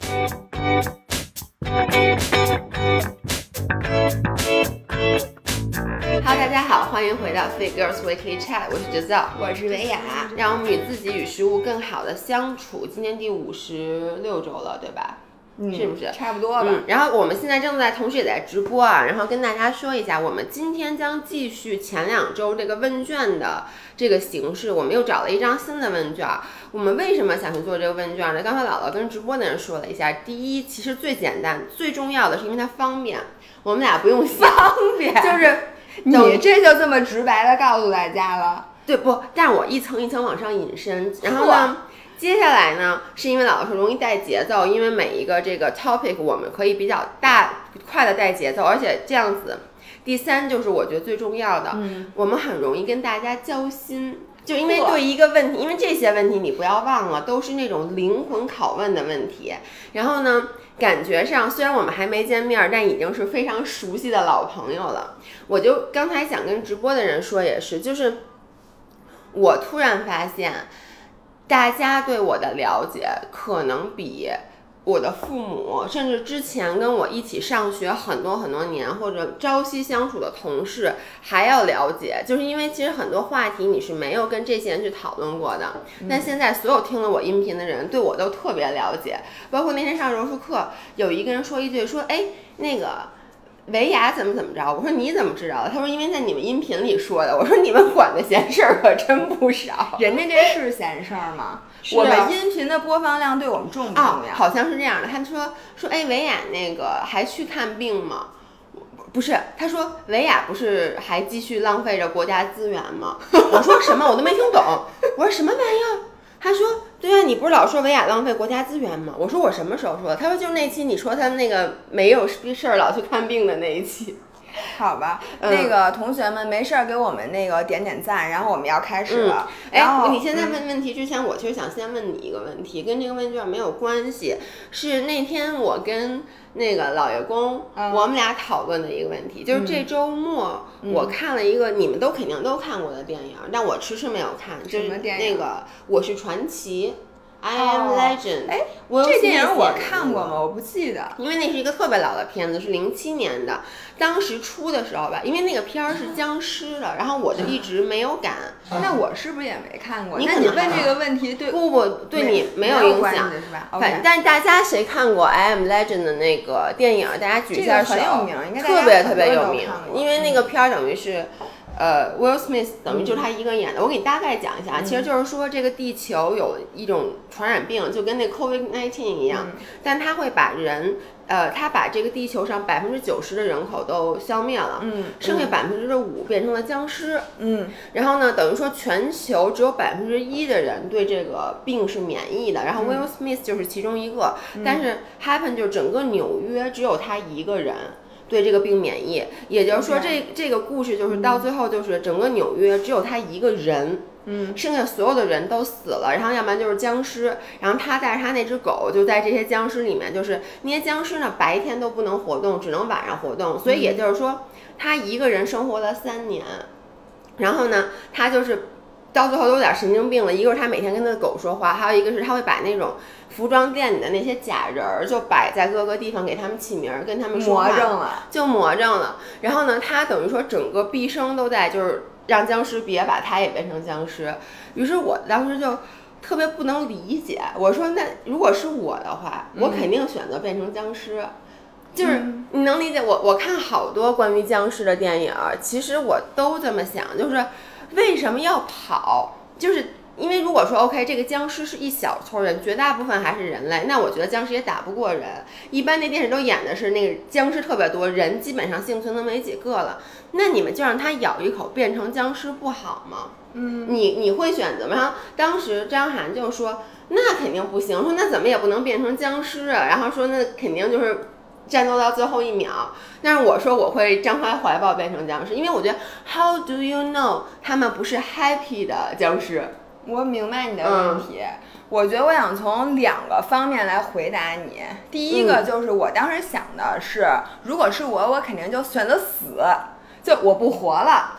大家好，欢迎回到 Fit Girls Weekly Chat， 我是Giselle， 我是维雅， 让我们与自己与食物更好的相处。今天第56周了，对吧？是不是差不多吧？ 然后我们现在正在，同时也在直播啊。然后跟大家说一下，我们今天将继续前2周这个问卷的这个形式，我们又找了一张新的问卷。我们为什么想去做这个问卷呢？刚才姥姥跟直播的人说了一下，第一，其实最简单、最重要的是因为它方便，我们俩不用想， 方便就是你这就这么直白的告诉大家了。 对不？但我一层一层往上引申，然后呢？接下来呢，是因为姥姥说容易带节奏，因为每一个这个 topic 我们可以比较快的带节奏，而且这样子。第3就是我觉得最重要的，我们很容易跟大家交心，就因为对一个问题，因为这些问题你不要忘了，都是那种灵魂拷问的问题。然后呢，感觉上虽然我们还没见面，但已经是非常熟悉的老朋友了。我就刚才想跟直播的人说也是，就是我突然发现。大家对我的了解可能比我的父母，甚至之前跟我一起上学很多很多年或者朝夕相处的同事还要了解，就是因为其实很多话题你是没有跟这些人去讨论过的，但现在所有听了我音频的人对我都特别了解，包括那天上柔术课，有一个人说一句说，哎，那个维雅怎么着？我说你怎么知道的？他说因为在你们音频里说的。我说你们管的闲事儿可真不少。 人家这是闲事儿吗？我们音频的播放量对我们重不重要？ 好像是这样的。他说哎，维雅那个还去看病吗？不是，他说维雅不是还继续浪费着国家资源吗？我说什么？我都没听懂。我说什么玩意儿？他说对啊，你不是老说维雅浪费国家资源吗？我说我什么时候说的？他说就是那期你说他那个没有事儿老去看病的那一期。 好吧，那个同学们没事儿给我们那个点赞，然后我们要开始了。 哎，你现在问问题之前，我其实想先问你一个问题，跟这个问卷没有关系，是那天我跟那个老爷公，我们俩讨论的一个问题，就是这周末我看了一个你们都肯定都看过的电影，但我迟迟没有看，就是那个《我是传奇》。I am Legend。 哎，这电影我看过吗？我不记得， 因为那是一个特别老的片子，是07年的。当时出的时候吧，因为那个片儿是僵尸的，然后我就一直没有赶。 那我是不是也没看过？ 那你问这个问题对不对你没有影响是吧？ 但大家谁看过 I am Legend 的那个电影？大家举一下手。 这个很有名，应该特别有名，因为那个片儿等于是。Will Smith 等于就是他一个人演的。我给你大概讲一下，其实就是说这个地球有一种传染病，就跟那 COVID-19 一样，但他会把人，他把这个地球上90%的人口都消灭了，剩下5%变成了僵尸，然后呢，等于说全球只有1%的人对这个病是免疫的，然后 Will Smith 就是其中一个，但是 happen 就是整个纽约只有他一个人。对这个病免疫，也就是说这个故事就是到最后就是整个纽约只有他一个人，剩下所有的人都死了，然后要不然就是僵尸，然后他带着他那只狗就在这些僵尸里面，就是那些僵尸呢白天都不能活动，只能晚上活动，所以也就是说他一个人生活了3年，然后呢他就是到最后都有点神经病了，一个是他每天跟他的狗说话，还有一个是他会把那种服装店里的那些假人儿就摆在各个地方给他们起名儿，跟他们说话，魔怔了。然后呢，他等于说整个毕生都在就是让僵尸别把他也变成僵尸。于是我当时就特别不能理解，我说那如果是我的话，我肯定选择变成僵尸。就是你能理解我看好多关于僵尸的电影，其实我都这么想，就是为什么要跑？就是因为如果说 OK 这个僵尸是一小撮人，绝大部分还是人类，那我觉得僵尸也打不过人。一般那电视都演的是那个僵尸特别多，人基本上幸存的没几个了，那你们就让他咬一口变成僵尸不好吗？你会选择吗？然后当时张涵就说那肯定不行，说那怎么也不能变成僵尸啊，然后说那肯定就是战斗到最后一秒。但是我说我会张开怀抱变成僵尸，因为我觉得 How do you know 他们不是 happy 的僵尸？ 我明白你的问题，我觉得我想从2个方面来回答你。第一个就是我当时想的是，如果是我肯定就选择死，就我不活了。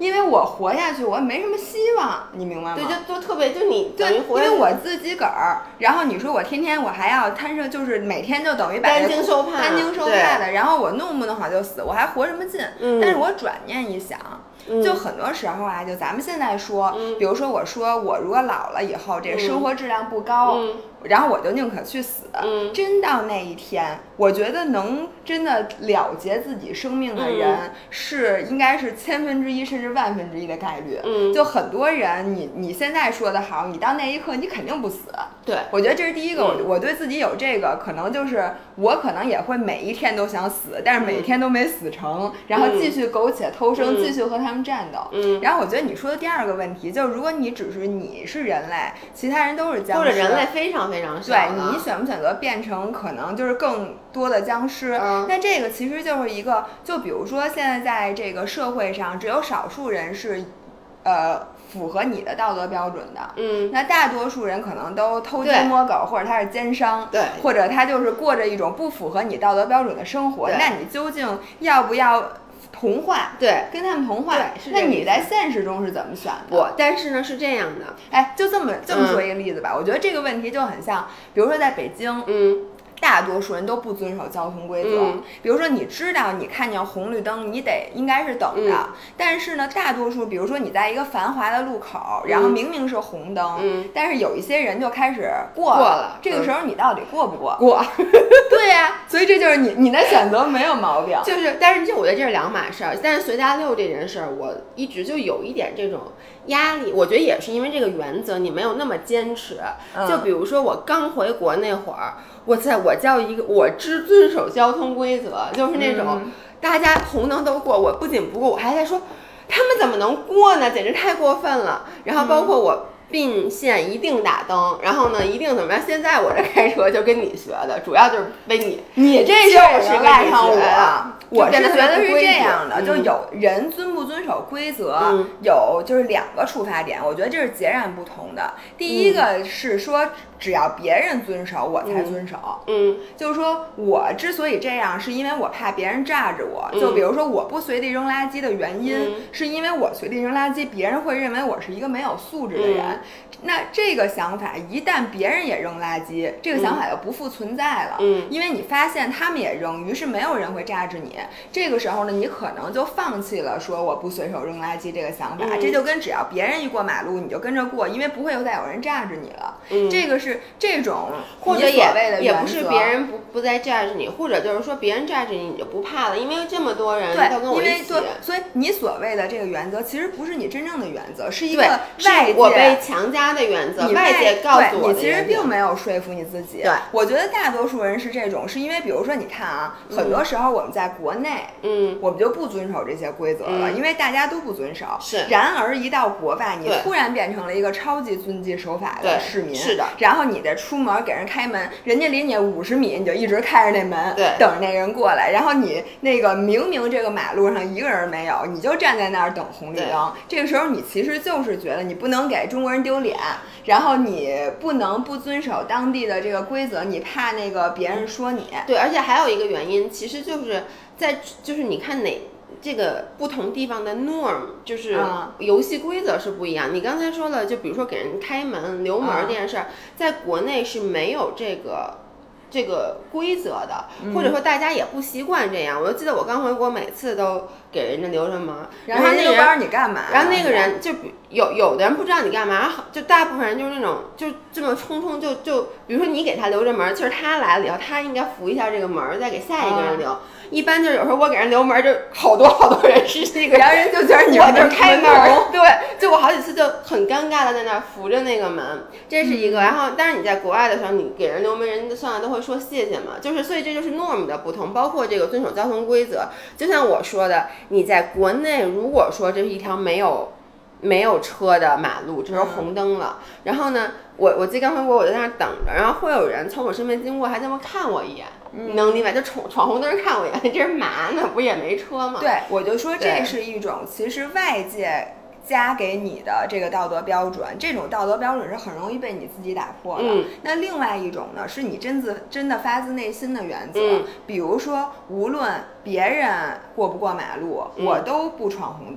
因为我活下去我没什么希望，你明白吗？ 对，就特别就你等于活因为我自己个儿，然后你说我天天我还要摊上，就是每天就等于把担惊受怕的，然后我弄不弄好就死，我还活什么劲？但是我转念一想。就很多时候啊，就咱们现在说，比如说我说我如果老了以后，这个生活质量不高，然后我就宁可去死。真到那一天，我觉得能真的了结自己生命的人，是应该是1/1000甚至1/1000的概率。就很多人，你现在说的好，你到那一刻你肯定不死。 对， 我觉得这是第一个。我对自己有这个，可能就是我可能也会每一天都想死，但是每一天都没死成，然后继续苟且偷生，继续和他们战斗。然后我觉得你说的第二个问题就是，如果你是人类，其他人都是僵尸， 或者人类非常非常少， 对，你选不选择变成可能就是更多的僵尸？那这个其实就是一个，就比如说现在在这个社会上，只有少数人是，符合你的道德标准的，那大多数人可能都偷鸡摸狗，或者他是奸商， 对， 或者他就是过着一种不符合你道德标准的生活，那你究竟要不要同化？ 对， 跟他们同化？那你在现实中是怎么选的？ 但是呢是这样的， 哎，就这么说一个例子吧，我觉得这个问题就很像，比如说在北京，大多数人都不遵守交通规则，比如说你知道你看见红绿灯你应该是等着，但是呢大多数比如说你在一个繁华的路口，然后明明是红灯，但是有一些人就开始过了，这个时候你到底过不过？ 过对呀，所以这就是你的选择没有毛病， 就是但是我觉得这是两码事儿。但是随大溜这件事儿我一直就有一点这种压力，我觉得也是因为这个原则你没有那么坚持，就比如说我刚回国那会儿，我叫一个我只遵守交通规则，就是那种大家红灯都过，我不仅不过，我还在说他们怎么能过呢，简直太过分了。然后包括我并线一定打灯，然后呢一定怎么样，现在我这开车就跟你学的，主要就是被你这事儿是赖上我是觉得是这样的，就有人遵不遵守规则，有就是两个出发点，我觉得这是截然不同的。第一个是说，只要别人遵守，我才遵守。就是说我之所以这样，是因为我怕别人炸着我。就比如说我不随地扔垃圾的原因，是因为我随地扔垃圾，别人会认为我是一个没有素质的人。那这个想法一旦别人也扔垃圾，这个想法就不复存在了。因为你发现他们也扔，于是没有人会炸着你。这个时候呢，你可能就放弃了说我不随手扔垃圾这个想法。这就跟只要别人一过马路，你就跟着过，因为不会再有人炸着你了。这个是这种或者也不是别人不再炸着你，或者就是说别人炸着你，你就不怕了，因为这么多人都跟我一起。 所以你所谓的这个原则，其实不是你真正的原则，是一个外界我被强加的原则，外界告诉我的。 你其实并没有说服你自己。 对， 我觉得大多数人是这种，是因为比如说你看啊，很多时候我们在国内，我们就不遵守这些规则了，因为大家都不遵守。 是。 然而一到国外，你突然变成了一个超级遵纪守法的市民。 是的。 然后你得出门给人开门，人家离你50米，你就一直开着那门， 对， 等着那人过来。然后你那个明明这个马路上一个人没有，你就站在那儿等红绿灯。这个时候你其实就是觉得你不能给中国人丢脸，然后你不能不遵守当地的这个规则，你怕那个别人说你。 对，而且还有一个原因，其实就是你看这个不同地方的 norm 就是游戏规则是不一样。你刚才说了，就比如说给人开门留门这件事儿，在国内是没有这个规则的，或者说大家也不习惯这样。我就记得我刚回国，每次都给人家留着门，然后那个人不知道你干嘛， 然后那个人就有的人不知道你干嘛，就大部分人就是那种就这么冲就比如说你给他留着门，其实他来了以后，他应该扶一下这个门，再给下一个人留。一般就是有时候我给人留门，就好多人是这个， 然后人就觉得你我就开门，对，就我好几次就很尴尬的在那儿扶着那个门，这是一个。然后，但是你在国外的时候，你给人留门，人家算了都会说谢谢嘛，就是所以这就是 norm 的不同，包括这个遵守交通规则。就像我说的，你在国内如果说这是一条没有车的马路，只是红灯了，然后呢，我记得刚回国我就在那儿等着，然后会有人从我身边经过，还这么看我一眼。你能明白？就闯红灯看我一眼，这是嘛呢？不也没车吗？ 对，我就说这是一种其实外界加给你的这个道德标准，这种道德标准是很容易被你自己打破的。那另外一种呢，是你真的发自内心的原则，比如说无论别人过不过马路，我都不闯红灯。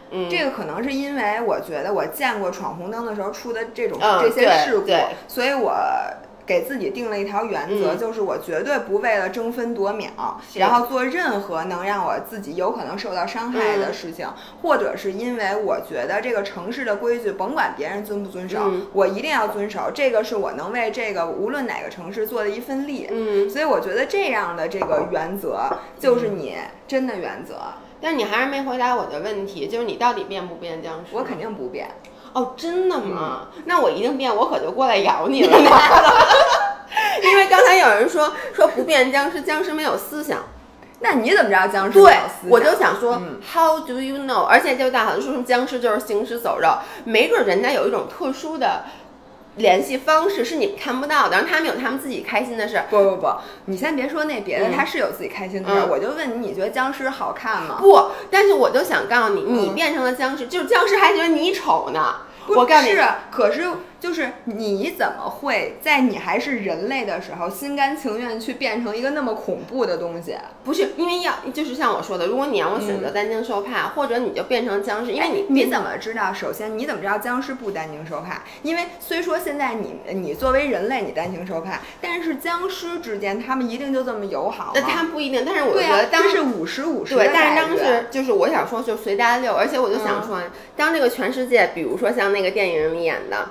这个可能是因为我觉得我见过闯红灯的时候出的这些事故，所以我给自己定了一条原则，就是我绝对不为了争分夺秒，然后做任何能让我自己有可能受到伤害的事情，或者是因为我觉得这个城市的规矩，甭管别人遵不遵守，我一定要遵守，这个是我能为这个无论哪个城市做的一份力。所以我觉得这样的这个原则就是你真的原则。 但是你还是没回答我的问题，就是你到底变不变僵尸？ 我肯定不变。 哦，真的吗？那我一定变，我可就过来咬你了。因为刚才有人说不变僵尸，僵尸没有思想。 那你怎么知道僵尸没有思想？ 对，我就想说、How do you know？ 而且就大家说僵尸就是行尸走肉，没准人家有一种特殊的联系方式是你们看不到的，然后他们有他们自己开心的事。 不，你先别说那别的，他是有自己开心的事。我就问你，你觉得僵尸好看吗？ 不，但是我就想告诉你，你变成了僵尸，就是僵尸还觉得你丑呢。我告诉你， 可是就是你怎么会在你还是人类的时候，心甘情愿去变成一个那么恐怖的东西？ 不是因为就是像我说的，如果你让我选择担惊受怕，或者你就变成僵尸，因为你怎么知道？首先你怎么知道僵尸不担惊受怕？因为虽说现在你作为人类你担惊受怕，但是僵尸之间他们一定就这么友好吗？ 那他们不一定，但是我觉得当时 50-50 对，但是当时就是我想说就随大溜，而且我就想说，当这个全世界，比如说像那个电影里演的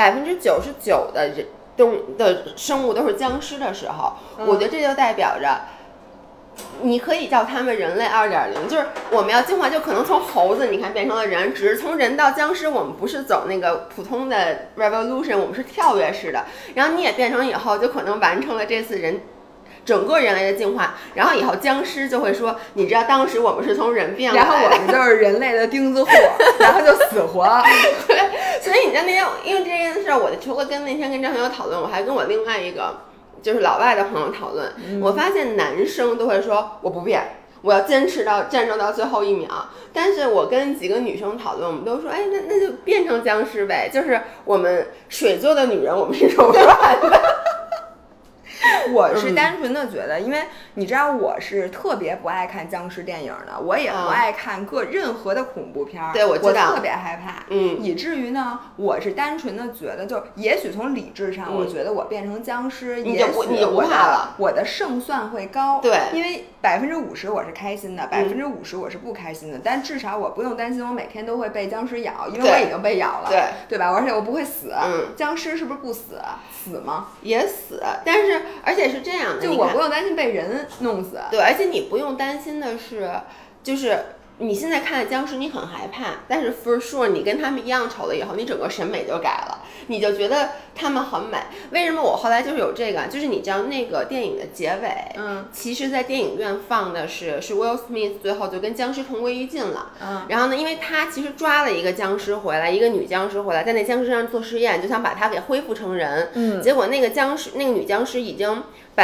99%的人的生物都是僵尸的时候，我觉得这就代表着。你可以叫他们人类2.0，就是我们要进化，就可能从猴子你看变成了人，只是从人到僵尸，我们不是走那个普通的 revolution， 我们是跳跃式的。然后你也变成以后，就可能完成了这次整个人类的进化，然后以后僵尸就会说，你知道当时我们是从人变来的， 然后我们就是人类的钉子户，然后就死活。 对，所以你在那天，因为这件事，我除了跟那天跟张朋友讨论，我还跟我另外一个就是老外的朋友讨论，我发现男生都会说我不变，我要坚持到战斗到最后1秒。但是我跟几个女生讨论，我们都说，哎，那就变成僵尸呗，就是我们水做的女人，我们是柔软的。 我是单纯的觉得，因为你知道我是特别不爱看僵尸电影的，我也不爱看任何的恐怖片。 对，我知道， 我特别害怕。以至于呢，我是单纯的觉得，就也许从理智上，我觉得我变成僵尸， 你就不怕了， 我的胜算会高。 对， 因为50%我是开心的，50%我是不开心的，但至少我不用担心我每天都会被僵尸咬，因为我已经被咬了，对吧？而且我不会死。僵尸是不是不死？死吗？ 也死，但是而且是这样的， 就我不用担心被人弄死。 对，而且你不用担心的是，就是你现在看的僵尸你很害怕，但是 for sure 你跟他们一样丑了以后，你整个审美就改了，你就觉得他们很美。为什么我后来就是有这个，就是你知道那个电影的结尾，其实在电影院放的是 Will Smith 最后就跟僵尸同归于尽了。然后呢，因为他其实抓了一个僵尸回来，一个女僵尸回来，在那僵尸上做实验，就想把他给恢复成人。结果那个女僵尸已经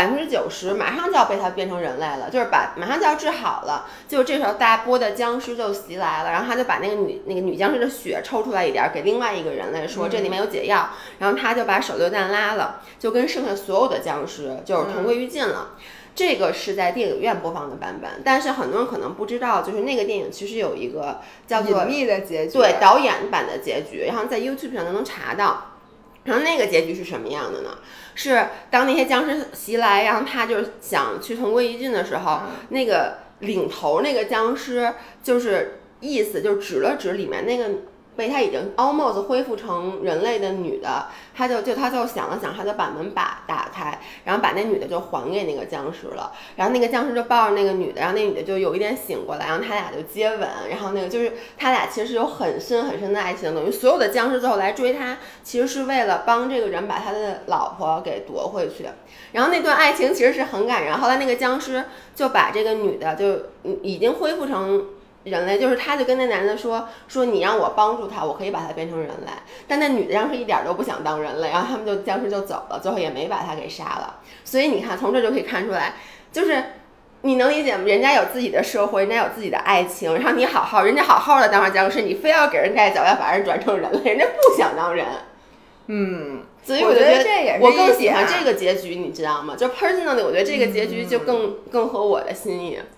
90%马上就要被他变成人类了，就是马上就要治好了，就这时候大波的僵尸就袭来了，然后他就把那个女僵尸的血抽出来一点给另外一个人类说，这里面有解药，然后他就把手榴弹拉了，就跟剩下所有的僵尸就是同归于尽了。这个是在电影院播放的版本，但是很多人可能不知道，就是那个电影其实有一个叫做隐秘的结局， 对，导演版的结局，然后在 YouTube 上都能查到。然后那个结局是什么样的呢？是当那些僵尸袭来，然后他就是想去同归于尽的时候，那个领头那个僵尸就是意思就指了指里面那个被他已经 almost 恢复成人类的女的，他就想了想，他就把门打开，然后把那女的就还给那个僵尸了，然后那个僵尸就抱着那个女的，然后那女的就有一点醒过来，然后他俩就接吻，然后那个就是他俩其实有很深很深的爱情，等于所有的僵尸最后来追他，其实是为了帮这个人把他的老婆给夺回去，然后那段爱情其实是很感人。后来那个僵尸就把这个女的就已经恢复成人类，就是他就跟那男的说你让我帮助他，我可以把他变成人类，但那女的当时一点都不想当人类，然后他们就僵尸就走了，最后也没把他给杀了。所以你看从这就可以看出来，就是你能理解吗？人家有自己的社会，人家有自己的爱情，然后你人家好好的当上僵尸，你非要给人盖脚，要把人转成人类，人家不想当人。所以我就觉得这也是我更喜欢这个结局，你知道吗？就 personally 我觉得这个结局就更合我的心意。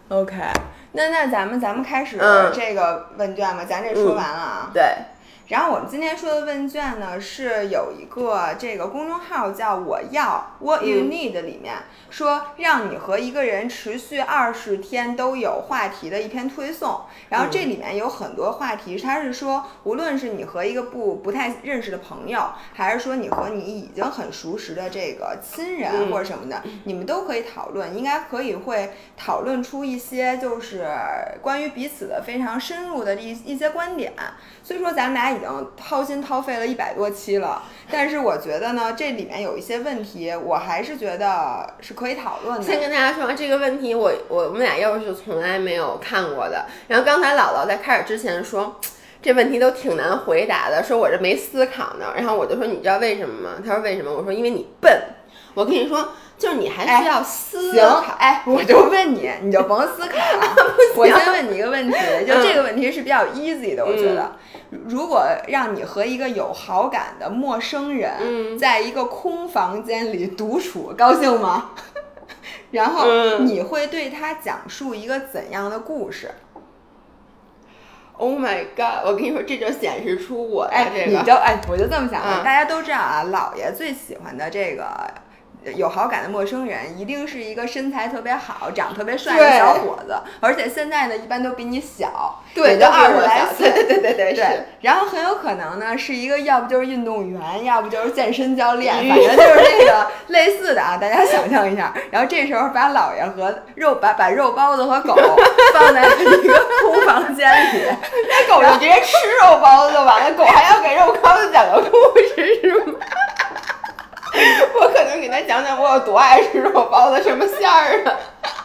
OK， 那咱们开始这个问卷吧，咱这说完了啊。 对。 然后我们今天说的问卷呢，是有一个这个公众号叫我要 What You Need 里面说让你和一个人持续20天都有话题的一篇推送，然后这里面有很多话题，它是说无论是你和一个不太认识的朋友，还是说你和你已经很熟识的这个亲人或者什么的，你们都可以讨论，应该会讨论出一些就是关于彼此的非常深入的一些观点。所以说咱们俩已经掏心掏肺了100多期了，但是我觉得呢，这里面有一些问题，我还是觉得是可以讨论的。 先跟大家说这个问题我们俩要是从来没有看过的，然后刚才姥姥在开始之前说这问题都挺难回答的，说我这没思考呢，然后我就说你知道为什么吗？他说为什么？我说因为你笨。我跟你说，就是你还需要思考。 我就问你，你就甭思考了。我先问你一个问题，就这个问题是比较 easy 的，我觉得。如果让你和一个有好感的陌生人在一个空房间里独处，高兴吗？然后你会对他讲述一个怎样的故事 ？Oh my god！ 我跟你说，这就显示出我的这个， 我就这么想的。大家都知道啊，姥爷最喜欢的这个有好感的陌生人，一定是一个身材特别好、长特别帅的小伙子，而且现在呢，一般都比你小， 对， 都20来岁， 对。 然后很有可能呢，是一个要不就是运动员，要不就是健身教练，反正就是这个类似的啊，大家想象一下。然后这时候把姥爷和把肉包子和狗放在一个空房间里， 那狗就直接吃肉包子就完了，狗还要给肉包子讲个故事是吗？我可能给他讲讲我有多爱吃肉包子，什么馅儿的。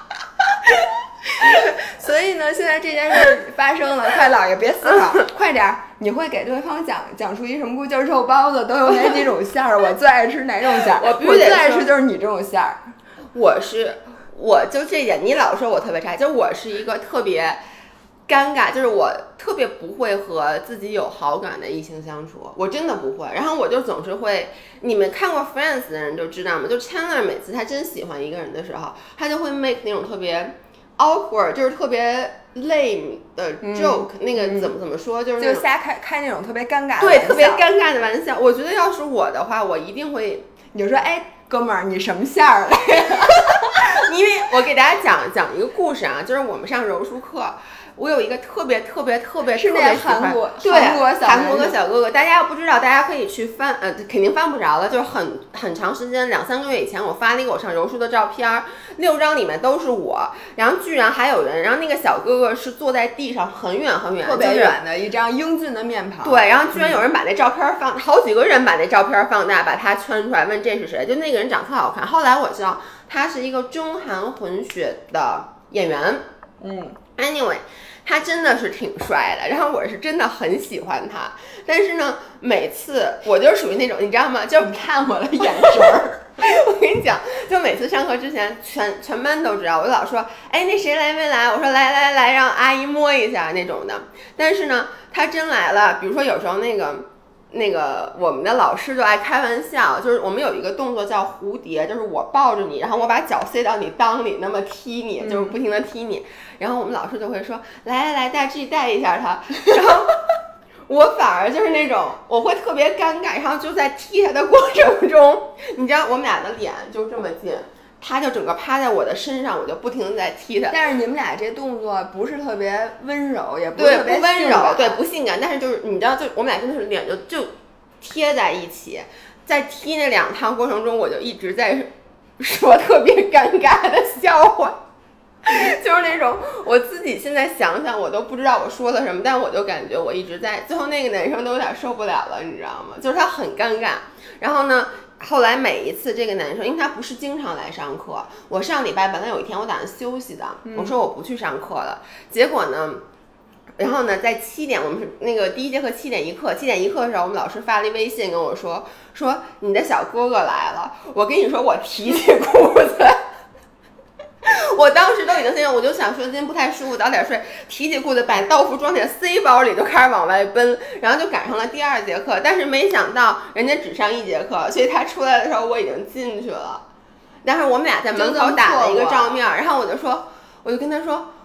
所以呢，现在这件事发生了，快姥爷别思考，快点！你会给对方讲出一什么故事？就是肉包子都有哪几种馅儿？我最爱吃哪种馅儿？我最爱吃就是你这种馅儿。 我就这点，你老说我特别差，就我是一个特别尴尬，就是我特别不会和自己有好感的异性相处，我真的不会。然后我就总是会，你们看过 Friends 的人就知道嘛，就 Chandler 每次他真喜欢一个人的时候，他就会 make 那种特别 awkward， 就是特别 lame 的 joke，那个怎么说，就是瞎开那种特别尴尬的对，特别尴尬的玩笑。我觉得要是我的话，我一定会， 你就说，哥们儿，你什么馅儿的？ 因为我给大家讲一个故事啊，就是我们上柔术课。我有一个特别是那个韩国的小哥哥，大家要不知道，大家可以去翻，肯定翻不着了，就是很长时间2-3个月以前，我发了一个我上柔术的照片，6张里面都是我，然后居然还有人，然后那个小哥哥是坐在地上很远特别远的一张英俊的面庞， 对，然后居然有人把那照片好几个人把那照片放大，把他圈出来，问这是谁，就那个人长特好看，后来我知道他是一个中韩混血的演员，anyway。他真的是挺帅的，然后我是真的很喜欢他，但是呢，每次我就属于那种，你知道吗？就你看我的眼神儿， 我跟你讲，就每次上课之前，全班都知道，我就老说，那谁来没来？我说来，让阿姨摸一下那种的。但是呢，他真来了，比如说有时候那个我们的老师就爱开玩笑，就是我们有一个动作叫蝴蝶，就是我抱着你，然后我把脚塞到你裆里，那么踢你，就是不停的踢你，然后我们老师就会说，来，带一下他，然后我反而就是那种我会特别尴尬，然后就在踢他的过程中，你知道我们俩的脸就这么近。他就整个趴在我的身上，我就不停的在踢他。 但是你们俩这动作不是特别温柔，也不是特别温柔，对，不性感。但是就是你知道，就我们俩真的是脸就贴在一起，在踢那2趟过程中，我就一直在说特别尴尬的笑话，就是那种我自己现在想想我都不知道我说了什么，但我就感觉我一直在。最后那个男生都有点受不了了，你知道吗？就是他很尴尬。然后呢？后来每一次这个男生，因为他不是经常来上课，我上礼拜本来有一天我打算休息的，我说我不去上课了，结果呢，然后呢，在7点，我们是那个第一节课7点一课的时候，我们老师发了一微信跟我说你的小哥哥来了，我跟你说我提起裤子。我当时都已经我就想说今天不太舒服，早点睡，提起裤子把道服装起来塞包里，就开始往外奔，然后就赶上了第2节课，但是没想到人家只上1节课，所以他出来的时候我已经进去了，但是我们俩在门口打了一个照面，然后我就跟他说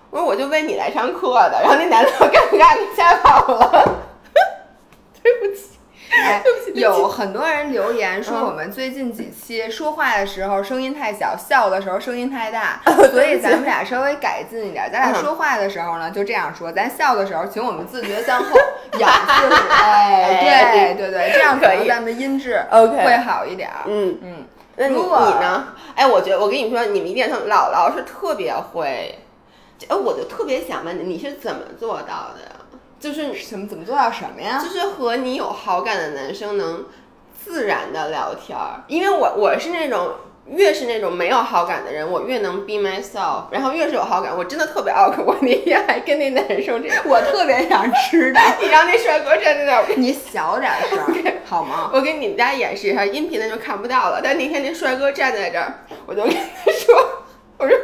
我说我就为你来上课的，然后那男的尴尬给吓跑了。对不起。 哎，有很多人留言说我们最近几期说话的时候声音太小，笑的时候声音太大，所以咱们俩稍微改进一点。咱俩说话的时候呢就这样说，咱笑的时候请我们自觉向后仰视。哎，对，这样可能咱们的音质会好一点。 那你呢？哎，我觉得我跟你说，你们一定要姥姥是特别会。我就特别想问你，你是怎么做到的呀？就是怎么做到什么呀？ 就是和你有好感的男生能自然的聊天，因为我是那种越是那种没有好感的人，我越能 be myself， 然后越是有好感，我真的特别 awkward。我那天还跟那男生这样， 我特别想知道， 你让那帅哥站在那儿， 你小点声好吗？ 我给你们家演示一下，音频的就看不到了。但那天那帅哥站在这儿，我就跟他说，我说，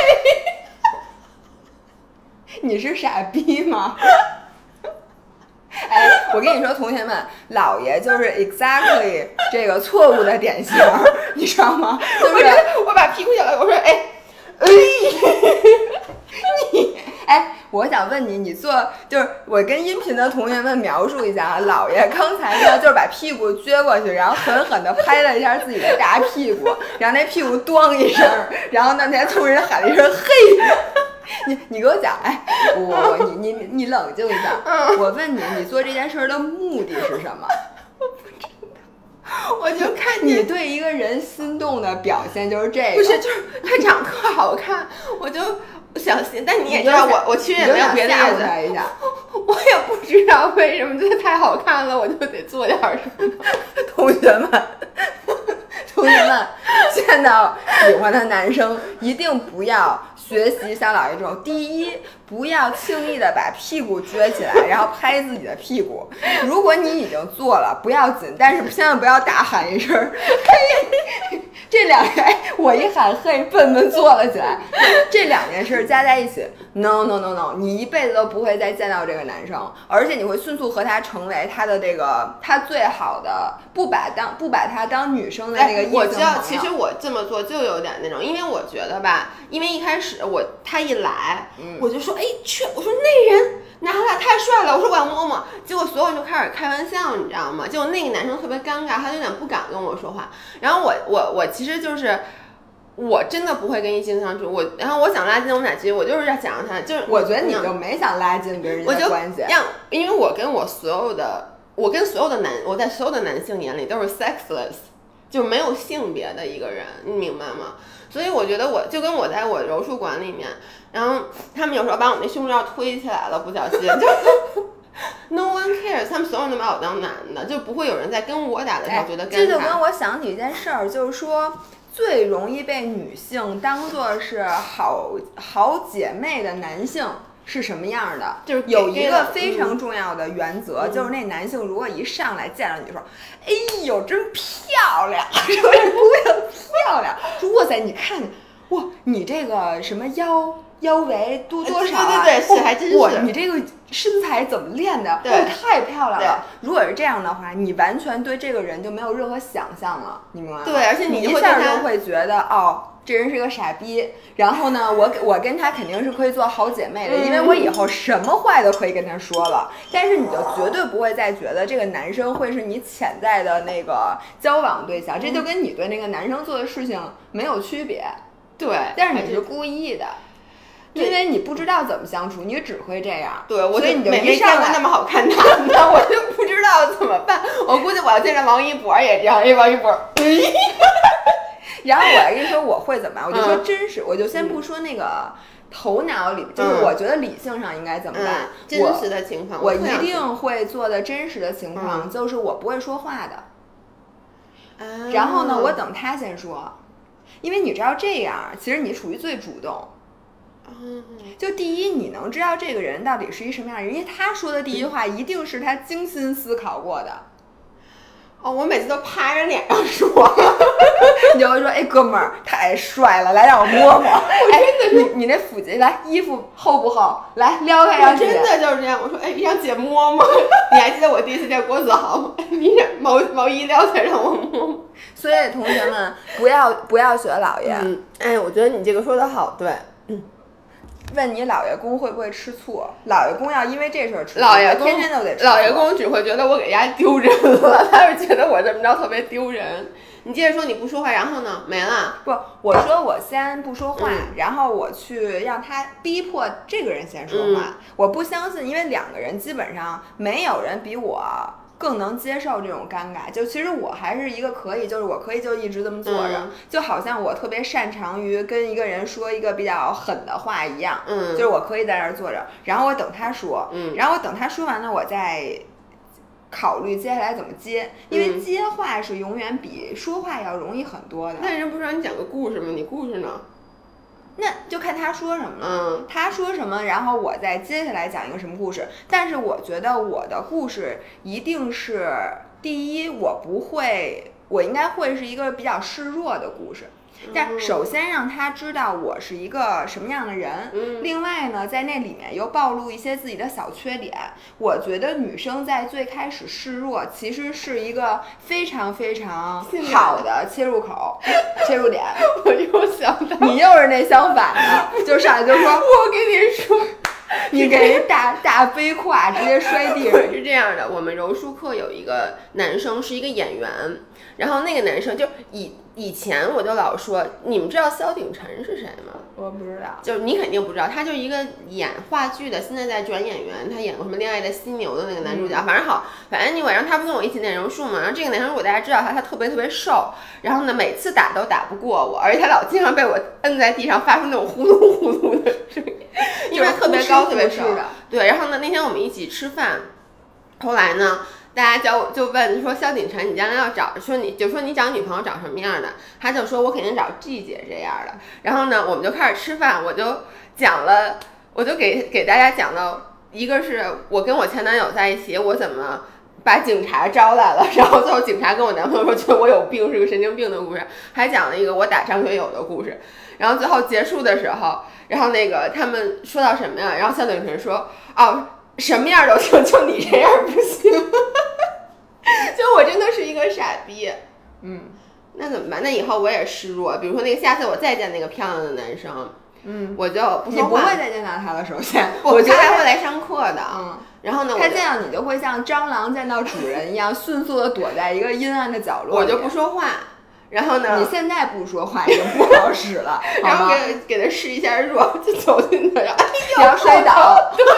你是傻逼吗？哎，我跟你说，同学们，姥爷就是 exactly 这个错误的典型，你知道吗？就是我把屁股下来，我说， 我想问你，你就是我跟音频的同学们描述一下啊，姥爷刚才呢就是把屁股撅过去，然后狠狠地拍了一下自己的大屁股，然后那屁股咣一声，然后那才突然喊了一声嘿。你给我讲，哎，你冷静一下。我问你，你做这件事的目的是什么？ 我不知道，我就看你对一个人心动的表现就是这个， 不是就是他长特好看，我就想，但你也知道我其实也没有别的意思。我也不知道为什么，觉得太好看了，我就得做点什么。 同学们，见到喜欢的男生一定不要学习像姥爷这种，第一，不要轻易的把屁股撅起来，然后拍自己的屁股。如果你已经做了，不要紧，但是千万不要大喊一声嘿。这两个，我一喊嘿，笨笨坐了起来。这两件事加在一起 ，no， 你一辈子都不会再见到这个男生，而且你会迅速和他成为他的他最好的，不把他当女生的那个异性朋友。 我知道，其实我这么做就有点那种，因为我觉得吧，因为一开始他一来，我就说，我说那人拿他太帅了，我说我要摸摸，结果所有人就开始开玩笑，你知道吗？结果那个男生特别尴尬，他就有点不敢跟我说话。然后我其实就是我真的不会跟异性相处，然后我想拉近我们俩，其实我就是想让他，就是我觉得你就没想拉近跟人家的关系， 因为我跟所有的我在所有的男性眼里都是 sexless， 就是没有性别的一个人，你明白吗？所以我觉得我就跟我在我柔术馆里面，然后他们有时候把我那胸罩推起来了，不小心就no one cares， 他们所有人都把我当男的，就不会有人在跟我打的时候觉得尴尬。 这就跟我想起一件事儿，就是说最容易被女性当作是好姐妹的男性是什么样的？ 就是有一个非常重要的原则，就是那男性如果一上来见着你说，哎呦真漂亮，说这姑娘漂亮，说哇塞你看哇你这个什么腰围多少啊？ 对，是还真是。 你这个身材怎么练的？太漂亮了。如果是这样的话，你完全对这个人就没有任何想象了，你明白吗？ 对，而且你一下就会觉得这人是个傻逼。然后呢，我跟他肯定是可以做好姐妹的，因为我以后什么坏都可以跟他说了。但是你就绝对不会再觉得这个男生会是你潜在的那个交往对象，这就跟你对那个男生做的事情没有区别。 对， 但是你是故意的。因为你不知道怎么相处，你只会这样。 对，所以你就没见过那么好看的，我就不知道怎么办。我估计我要见着王一博也这样，王一博。 然后我来跟你说我会怎么办，我就说真实，我就先不说那个头脑里，就是我觉得理性上应该怎么办。 真实的情况， 我一定会做的真实的情况就是我不会说话的。然后呢，我等他先说，因为你知道这样，其实你属于最主动。就第一，你能知道这个人到底是一什么样的人，因为他说的第一句话一定是他精心思考过的。 我每次都趴着脸上说， 你就会说，哥们儿太帅了，来让我摸摸。你那腹肌，来衣服厚不厚？来撩开让姐。 真的就是这样，我说，让姐摸摸。你还记得我第一次见郭子豪，你毛衣撩开让我摸摸。 所以同学们不要学姥爷。 我觉得你这个说的好，对。 问你老爷公会不会吃醋？老爷公要因为这事儿吃醋， 老爷公天天都得吃醋。 老爷公只会觉得我给人家丢人了，他会觉得我这么着特别丢人。你接着说，你不说话，然后呢？没了。 不，我说我先不说话，然后我去让他逼迫这个人先说话。我不相信，因为两个人基本上没有人比我更能接受这种尴尬。就其实我还是一个可以，就是我可以就一直这么坐着，就好像我特别擅长于跟一个人说一个比较狠的话一样。就是我可以在那儿坐着，然后我等他说，然后我等他说完了，我再考虑接下来怎么接，因为接话是永远比说话要容易很多的。 那人不是让你讲个故事吗？你故事呢？ 那就看他说什么了。他说什么，然后我再接下来讲一个什么故事。但是我觉得我的故事一定是第一，我应该会是一个比较示弱的故事。但首先让他知道我是一个什么样的人，另外呢，在那里面又暴露一些自己的小缺点。我觉得女生在最开始示弱，其实是一个非常非常好的切入口、切入点。 我又想到， 你又是那相反的，就上来就说， 我跟你说。 你给人大背胯直接摔地上。 是这样的，我们柔术课有一个男生是一个演员，然后那个男生就以前我就老说，你们知道萧鼎晨是谁吗？ 我不知道， 就是你肯定不知道，他就是一个演话剧的，现在在转演员，他演过什么《恋爱的犀牛》的那个男主角，反正anyway，然后他不跟我一起练柔术嘛，然后这个男生如果大家知道他特别特别瘦，然后呢每次打都打不过我，而且他老经常被我摁在地上发出那种呼噜呼噜的声音，因为他特别高特别瘦。对，然后呢那天我们一起吃饭，后来呢大家就问说，萧鼎晨你将来要找，说你找女朋友找什么样的，他就说我肯定找 G 姐这样的。然后呢我们就开始吃饭，我就给大家讲到，一个是我跟我前男友在一起，我怎么把警察招来了，然后最后警察跟我男朋友说觉得我有病，是个神经病的故事，还讲了一个我打张学友的故事。然后最后结束的时候，然后那个他们说到什么呀，然后萧鼎晨说，哦什么样都行，就你这样不行。就我真的是一个傻逼。那怎么办？那以后我也示弱，比如说那个下次我再见那个漂亮的男生，我就不说话。 你不会再见到他了，首先， 我觉得他会来上课的。然后呢， 他见到你就会像蟑螂见到主人一样，迅速的躲在一个阴暗的角落。 我就不说话。然后呢？ 你现在不说话已经不好使了， 然后给他试一下弱，就走进去，然后你要摔倒。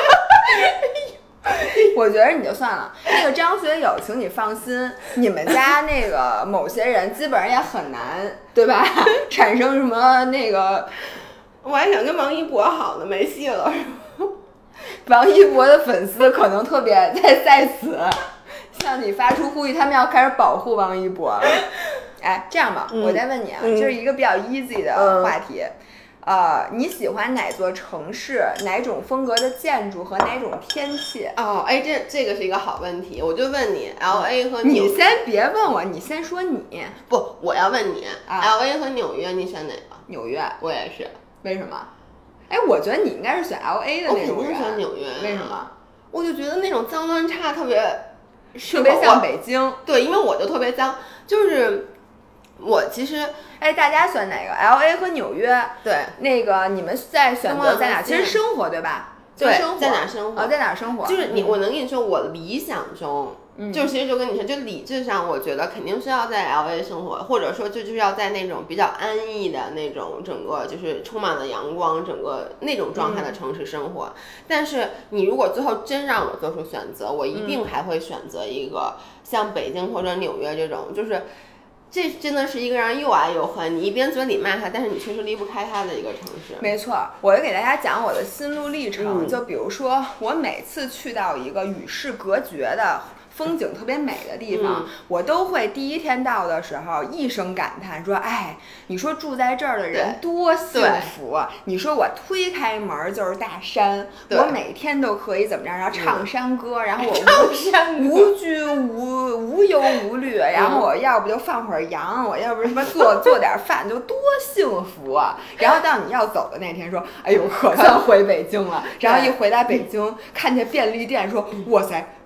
我觉得你就算了，那个张学友，请你放心，你们家那个某些人基本上也很难，对吧？产生什么那个？ 我还想跟王一博好呢，没戏了。 王一博的粉丝可能特别在此向你发出呼吁，他们要开始保护王一博。哎，这样吧，我再问你啊，这是一个比较 easy 的话题。你喜欢哪座城市、哪种风格的建筑和哪种天气？ 哎，这个是一个好问题，我就问你 ，LA 和纽约。 你先别问我，你先说你。 不，我要问你，LA 和纽约，你选哪个？ 纽约。 我也是。 为什么？哎，我觉得你应该是选 LA 的那种人。 我肯定是选纽约。 为什么？ 我就觉得那种脏乱差特别像北京。 对，因为我就特别脏，就是我其实。 大家选哪个 ？LA 和纽约。 对， 那个你们在选择在哪？其实生活对吧？ 对，在哪生活？ 在哪生活？ 就是我能跟你说，我理想中，就其实就跟你说，就理智上，我觉得肯定是要在 LA 生活，或者说就是要在那种比较安逸的那种，整个就是充满了阳光，整个那种状态的城市生活。但是你如果最后真让我做出选择，我一定还会选择一个像北京或者纽约这种，就是。这真的是一个让人又爱又恨，你一边嘴里骂他，但是你确实离不开他的一个城市。 没错，我就给大家讲我的心路历程。就比如说，我每次去到一个与世隔绝的风景特别美的地方，我都会第一天到的时候一声感叹说，哎，你说住在这儿的人多幸福啊！你说我推开门就是大山，我每天都可以怎么着，然后唱山歌，然后我无拘无忧无虑，然后我要不就放会儿羊，我要不什么做点饭，就多幸福啊！然后到你要走的那天说，哎呦，可算回北京了。然后一回来北京，看见便利店，说，哇塞。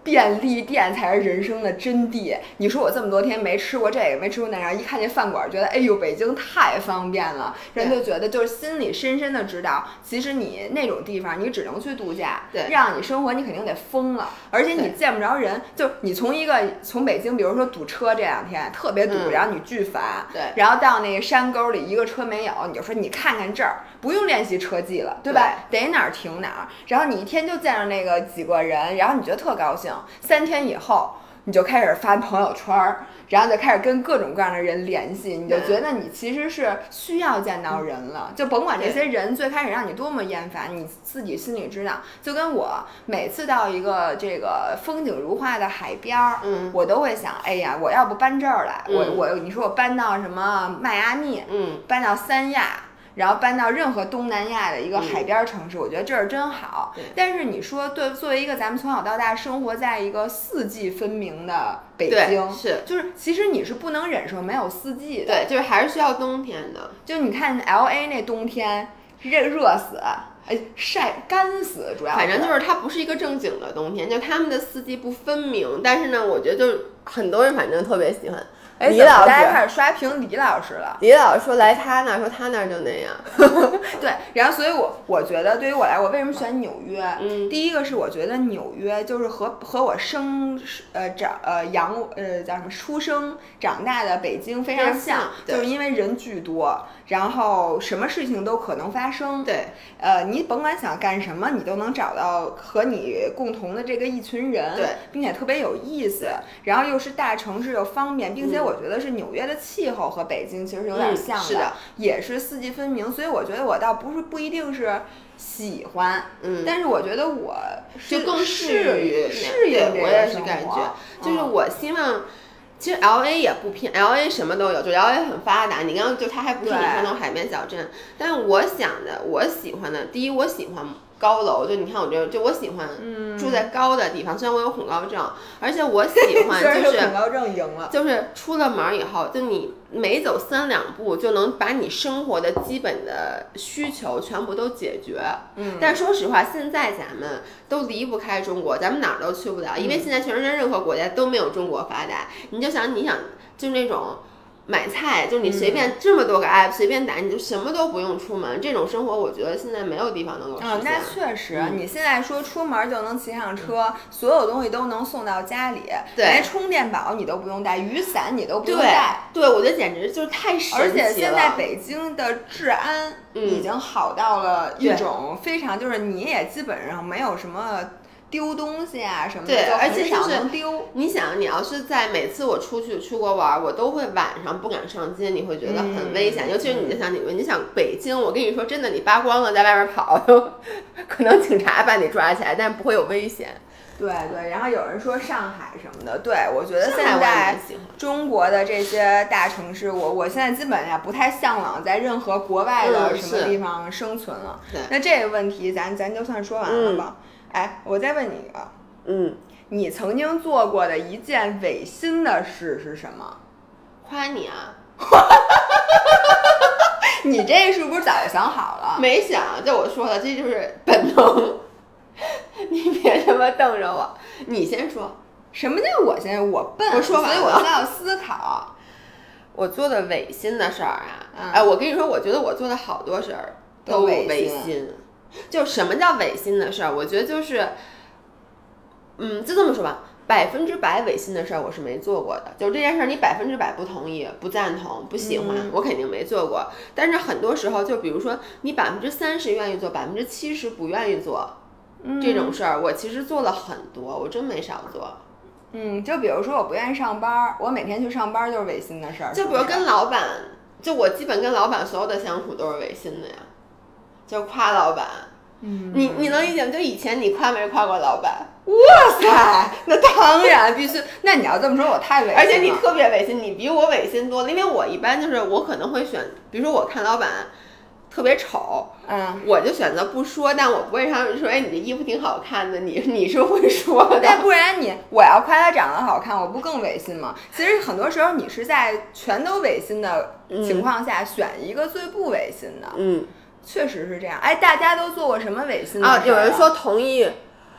便利店才是人生的真谛。你说我这么多天没吃过这个，没吃过那样，一看见饭馆，觉得哎呦，北京太方便了，人就觉得就是心里深深的知道，其实你那种地方你只能去度假， 对， 让你生活你肯定得疯了，而且你见不着人，就你从北京，比如说堵车这2天特别堵，然后你巨烦， 对， 然后到那个山沟里一个车没有，你就说你看看这儿，不用练习车技了，对吧？得哪儿停哪儿，然后你一天就见着那个几个人，然后你觉得特高兴，3天以后你就开始发朋友圈，然后就开始跟各种各样的人联系，你就觉得你其实是需要见到人了，就甭管这些人最开始让你多么厌烦，你自己心里知道。就跟我每次到一个这个风景如画的海边儿，我都会想，哎呀，我要不搬这儿来，你说我搬到什么迈阿密，搬到三亚。然后搬到任何东南亚的一个海边城市，我觉得这儿真好。但是你说，作为一个咱们从小到大生活在一个4季分明的北京，就是其实你是不能忍受没有4季的。 对，就是还是需要冬天的。 就你看 LA 那冬天，热死，晒干死，主要反正就是它不是一个正经的冬天，就他们的4季不分明。但是呢，我觉得就是很多人反正特别喜欢。李老师， 大家开始刷屏李老师了。 李老师说来他那，说他那就那样。 对，然后所以我觉得对于我来，我为什么选纽约？第一个是我觉得纽约就是和我叫什么出生长大的北京非常像，就是因为人巨多，然后什么事情都可能发生。 对， 你甭管想干什么，你都能找到和你共同的这个一群人， 对， 并且特别有意思，然后又是大城市又方便，并且我觉得是纽约的气候和北京其实有点像是的， 也是4季分明，所以我觉得我倒不一定是喜欢，但是我觉得我就更适应这我也个生是感觉， 活， 就是我希望。其实 LA 也不偏 ，LA 什么都有，就 LA 很发达。你刚刚就它还不是你说那种海边小镇，但是我想的，我喜欢的，第一我喜欢高楼，就你看我就我喜欢住在高的地方，虽然我有恐高症，而且我喜欢就是恐高症赢了， 就是出了门以后，就你每走3-2步就能把你生活的基本的需求全部都解决。但说实话，现在咱们都离不开中国，咱们哪儿都去不了，因为现在全世界任何国家都没有中国发达。你想就那种。买菜就你随便这么多个 app 随便打，你就什么都不用出门，这种生活我觉得现在没有地方能够实现。 那确实，你现在说出门就能骑上车，所有东西都能送到家里，连充电宝你都不用带，雨伞你都不用带。 对，我觉得简直就是太神奇了。 而且现在北京的治安已经好到了一种非常，就是你也基本上没有什么。丢东西啊什么的， 对，而且就是你想，你要是在每次我出国玩，我都会晚上不敢上街，你会觉得很危险。尤其是你想北京，我跟你说真的，你扒光了在外边跑，可能警察把你抓起来，但不会有危险。 对，然后有人说上海什么的，对，我觉得现在中国的这些大城市，我现在基本上不太向往在任何国外的什么地方生存了。那这个问题咱就算说完了吧。哎，我再问你一个，你曾经做过的一件违心的事是什么？ 夸你啊！ 你这是不是早就想好了？ 没想，就我说的，这就是本能。你别这么瞪着我，你先说。 什么叫我先？我笨， 我说完了， 所以我需要思考。 我做的违心的事儿啊，我跟你说，我觉得我做的好多事儿都违心。就什么叫违心的事儿？我觉得就是，就这么说吧，100%违心的事儿我是没做过的。就这件事儿，你100%不同意、不赞同、不喜欢，我肯定没做过。但是很多时候，就比如说你30%愿意做，70%不愿意做，这种事儿，我其实做了很多，我真没少做。 就比如说我不愿意上班，我每天去上班就是违心的事儿。 就比如跟老板，就我基本跟老板所有的相处都是违心的呀。就夸老板，你能理解吗？就以前你夸没夸过老板？ 哇塞，那当然必须。那你要这么说，我太违心了。 而且你特别违心，你比我违心多了。因为我一般就是我可能会选，比如说我看老板特别丑，我就选择不说，但我不会上去说，哎，你这衣服挺好看的，你是会说的。 那不然我要夸他长得好看，我不更违心吗？其实很多时候你是在全都违心的情况下，选一个最不违心的。确实是这样。哎，大家都做过什么违心的事啊？有人说同意，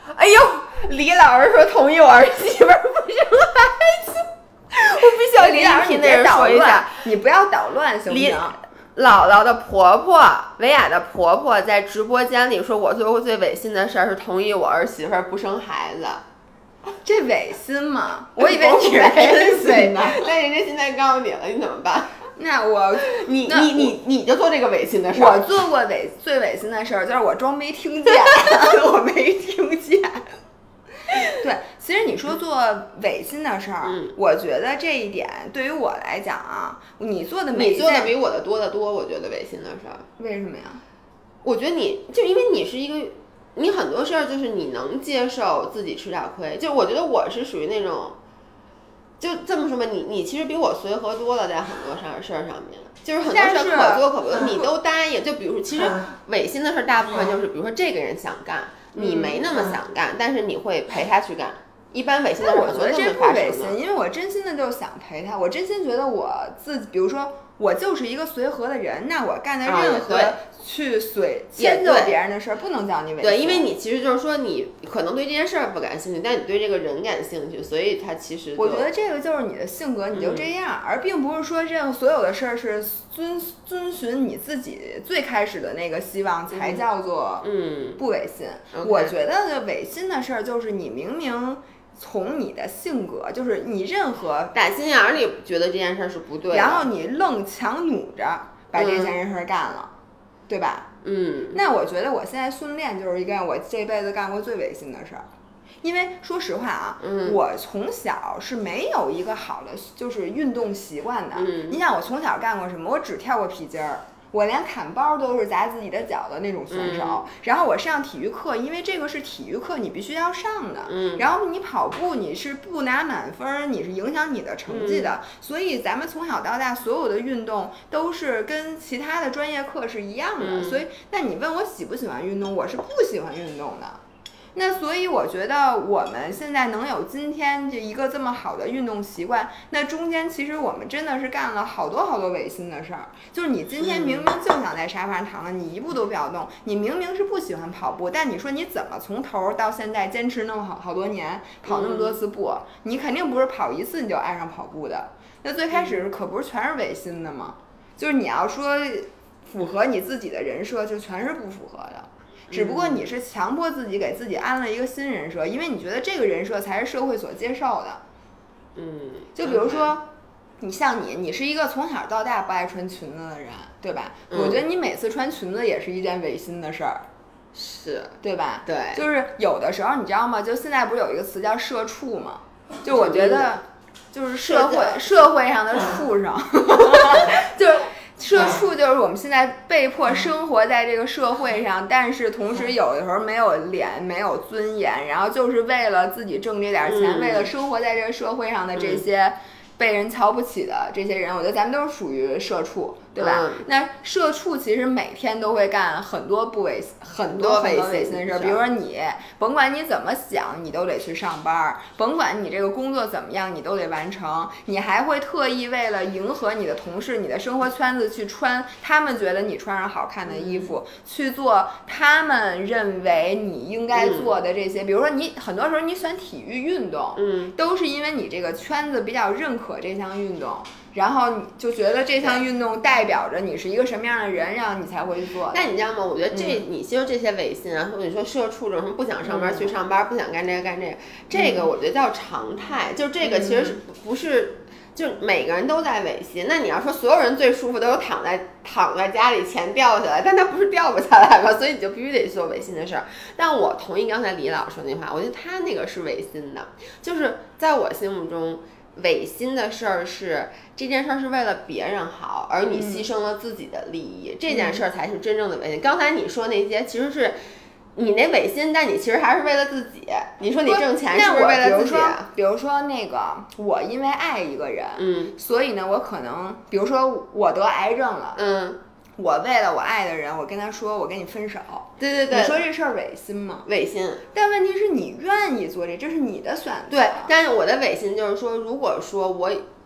哎呦，李老师说同意我儿媳妇不生孩子，我必须要李老师那人说一下， 你不要捣乱行不行？ 姥姥的婆婆，维亚的婆婆在直播间里说，我做过最违心的事儿是同意我儿媳妇不生孩子。 这违心吗？我以为你是真心呢。 那人家现在告诉你了，你怎么办？ 那你就做这个违心的事儿。我做过最违心的事儿，就是我装没听见，我没听见。对，其实你说做违心的事儿，我觉得这一点对于我来讲啊，你做的比我的多得多。我觉得违心的事儿， 为什么呀？ 我觉得就因为你是一个，你很多事儿就是你能接受自己吃点亏。就我觉得我是属于那种，就这么说吧，你其实比我随和多了，在很多事儿上面，就是很多事儿可做可不做，你都答应。就比如说，其实违心的事儿大部分就是，比如说这个人想干。你没那么想干，但是你会陪他去干。一般违心的， 我觉得这不违心，因为我真心的就想陪他，我真心觉得我自己，比如说我就是一个随和的人，那我干的任何去迁就别人的事儿，不能叫你违心。 对，因为你其实就是说你可能对这件事儿不感兴趣，但你对这个人感兴趣，所以他其实我觉得这个就是你的性格，你就这样，而并不是说所有的事儿是遵循你自己最开始的那个希望才叫做不违心。我觉得违心的事儿就是你明明从你的性格，就是你任何打心眼里觉得这件事是不对的， 然后你愣强努着把这件事干了，对吧？那我觉得我现在训练就是一个我这辈子干过最违心的事儿。因为说实话啊，我从小是没有一个好的就是运动习惯的。你想我从小干过什么？我只跳过皮筋儿。我连砍包都是砸自己的脚的那种选手，然后我上体育课，因为这个是体育课，你必须要上的，然后你跑步你是不拿满分，你是影响你的成绩的，所以咱们从小到大所有的运动都是跟其他的专业课是一样的，所以那你问我喜不喜欢运动，我是不喜欢运动的。那所以我觉得我们现在能有今天这一个这么好的运动习惯，那中间其实我们真的是干了好多好多违心的事儿。就是你今天明明就想在沙发上躺着，你一步都不要动，你明明是不喜欢跑步，但你说你怎么从头到现在坚持那么好多年，跑那么多次步，你肯定不是跑一次你就爱上跑步的。那最开始可不是全是违心的吗？就是你要说符合你自己的人设，就全是不符合的。只不过你是强迫自己给自己安了一个新人设，因为你觉得这个人设才是社会所接受的。就比如说，你像你是一个从小到大不爱穿裙子的人，对吧？我觉得你每次穿裙子也是一件违心的事儿， 是对吧？ 对， 就是有的时候你知道吗？就现在不是有一个词叫社畜吗？就我觉得就是社会上的畜生，就是。社畜就是我们现在被迫生活在这个社会上，但是同时有的时候没有脸，没有尊严，然后就是为了自己挣这点钱，为了生活在这个社会上的这些被人瞧不起的这些人，我觉得咱们都是属于社畜，对吧？那社畜其实每天都会干很多违心的事，比如说你甭管你怎么想，你都得去上班，甭管你这个工作怎么样，你都得完成，你还会特意为了迎合你的同事、你的生活圈子去穿他们觉得你穿上好看的衣服，去做他们认为你应该做的这些，比如说你很多时候你选体育运动，都是因为你这个圈子比较认可这项运动，然后你就觉得这项运动代表着你是一个什么样的人，然后你才会去做。 那你知道吗？我觉得你其实这些违心啊，或者你说社畜这种不想上班去上班，不想干这个干这个，这个我觉得叫常态。就这个其实不是，就每个人都在违心。那你要说所有人最舒服都是躺在家里钱掉下来，但他不是掉不下来嘛，所以你就必须得做违心的事儿。但我同意刚才李老师说那话，我觉得他那个是违心的，就是在我心目中。违心的事儿是这件事儿是为了别人好，而你牺牲了自己的利益，这件事儿才是真正的违心。刚才你说那些其实是你那违心，但你其实还是为了自己。你说你挣钱是不是为了自己？ 比如说那个我因为爱一个人，所以呢，我可能比如说我得癌症了，我为了我爱的人，我跟他说我跟你分手。 对， 你说这事儿违心吗？ 违心。 但问题是你愿意做这是你的选择。 对，但是我的违心就是说，如果说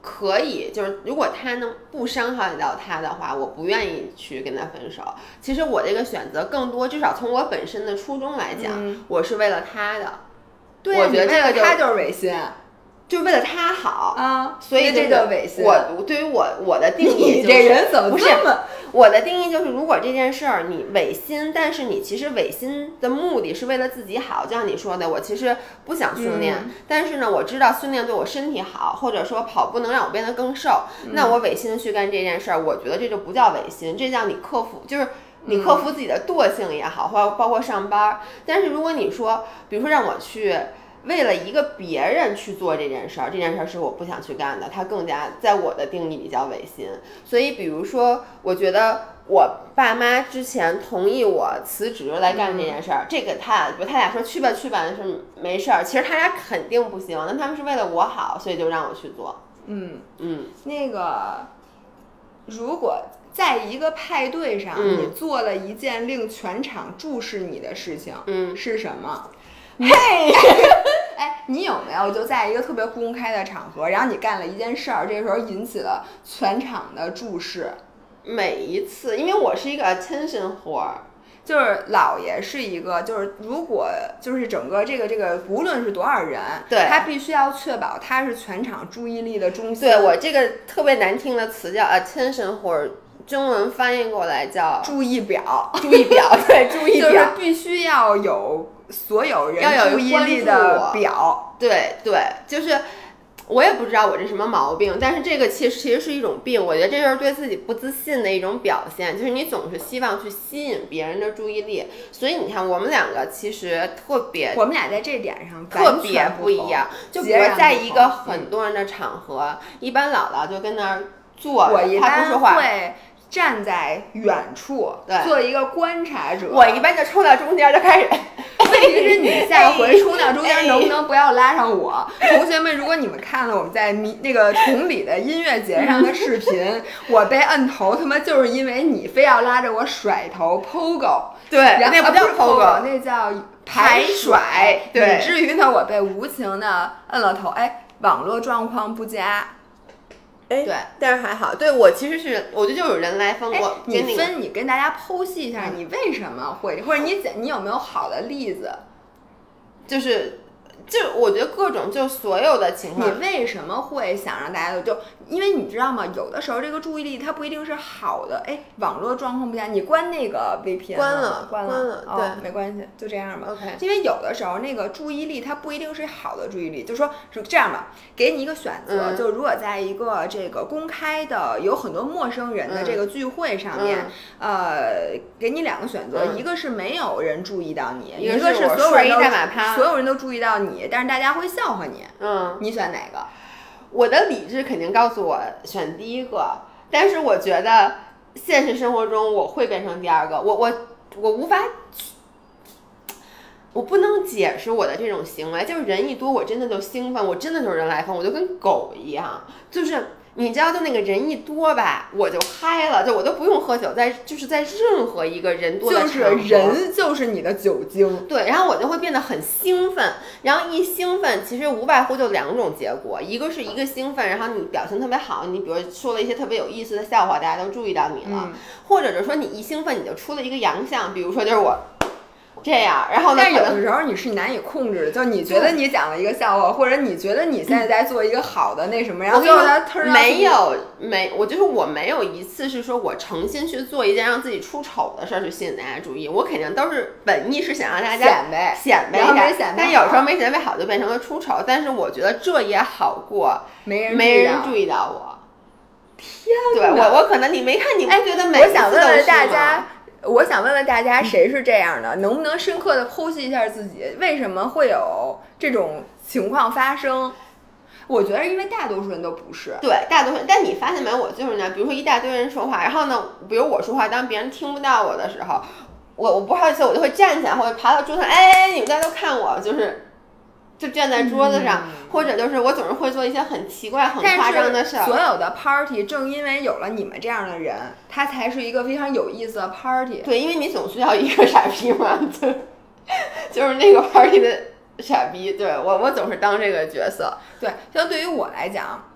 可以，就是如果他能不伤害到他的话，我不愿意去跟他分手。其实我这个选择更多，至少从我本身的初衷来讲，我是为了他的。 对， 我觉得这个他就是违心。 就是为了他好啊， 所以这就是违心。 我对于我的定义、就是， 你这人怎么不是我的定义就是，如果这件事儿你违心，但是你其实违心的目的是为了自己好，就像你说的，我其实不想训练，但是呢，我知道训练对我身体好，或者说跑步能让我变得更瘦，那我违心去干这件事儿，我觉得这就不叫违心，这叫你克服，就是你克服自己的惰性也好，或者包括上班。但是如果你说，比如说让我去。为了一个别人去做这件事儿，这件事儿是我不想去干的，它更加在我的定义里叫违心。所以比如说，我觉得我爸妈之前同意我辞职来干这件事儿，这个他俩说去吧是没事儿，其实他俩肯定不行，那他们是为了我好，所以就让我去做。 那个如果在一个派对上，你做了一件令全场注视你的事情，是什么？嘿，哎，你有没有就在一个特别公开的场合，然后你干了一件事儿，这个时候引起了全场的注视？ 每一次，因为我是一个 attention whore， 就是姥爷是一个，就是如果就是整个这个，无论是多少人， 对， 他必须要确保他是全场注意力的中心。 对，我这个特别难听的词叫 attention whore。中文翻译过来叫注意表， 对，注意表就是必须要有所有人注意力的表， 对，就是我也不知道我这什么毛病，但是这个其实是一种病，我觉得这就是对自己不自信的一种表现，就是你总是希望去吸引别人的注意力，所以你看我们两个其实特别， 我们俩在这点上特别不一样，就比如在一个很多人的场合，一般姥姥就跟那儿坐着， 我一般不说话。 会站在远处，做一个观察者。 我一般就冲到中间就开始。 问题是你下回冲到中间能不能不要拉上我？同学们，如果你们看了我们在那个崇礼的音乐节上的视频，我被摁头他妈就是因为你非要拉着我甩头 pogo。 对，然后那不叫 pogo， 那叫排甩。对， 以至于呢我被无情的摁了头。哎，网络状况不佳。 对，但是还好。对，我其实是，我觉得就有人来分我。 你跟大家剖析一下，你为什么会，或者你有没有好的例子？ 就我觉得各种就所有的情况， 你为什么会想让大家就因为你知道吗？有的时候这个注意力它不一定是好的。哎，网络状况不佳，你关那个 VPN 关了， 对，没关系，就这样吧。 OK。 因为有的时候那个注意力它不一定是好的注意力，就说是这样吧，给你一个选择，就如果在一个这个公开的有很多陌生人的这个聚会上面，给你两个选择，一个是没有人注意到你，一个是所有人都注意到你，但是大家会笑话你。你选哪个？ 我的理智肯定告诉我选第一个，但是我觉得现实生活中我会变成第二个，我无法，我不能解释我的这种行为，就是人一多我真的就兴奋，我真的就是人来疯，我就跟狗一样，就是你知道，就那个人一多吧，我就嗨了，就我都不用喝酒，就是在任何一个人多的场合， 就是人就是你的酒精， 对，然后我就会变得很兴奋，然后一兴奋，其实无外乎就两种结果，一个是一个兴奋，然后你表情特别好，你比如说了一些特别有意思的笑话，大家都注意到你了，或者是说你一兴奋你就出了一个洋相，比如说就是我。这样，然后呢？ 但有的时候你是难以控制的，就你觉得你讲了一个笑话，或者你觉得你现在在做一个好的那什么，然后最后他我就是我没有一次是说我诚心去做一件让自己出丑的事儿去吸引大家注意，我肯定都是本意是想让大家显摆一下，但有时候没显摆好就变成了出丑，但是我觉得这也好过没人注意到我。 天哪！对我可能你没看，你不觉得每次都是吗？ 我想问问大家，谁是这样的？能不能深刻的剖析一下自己，为什么会有这种情况发生？我觉得因为大多数人都不是。 对，大多数人。但你发现没？我就是那，比如说一大堆人说话，然后呢，比如我说话，当别人听不到我的时候，我不好意思，我就会站起来，或者爬到桌上，哎，你们大家都看我，就站在桌子上，或者就是我总是会做一些很奇怪、很夸张的事儿。 所有的 party 正因为有了你们这样的人，它才是一个非常有意思的 party。 对，因为你总需要一个傻逼嘛，就是那个 party 的傻逼。对我总是当这个角色。 对，相对于我来讲，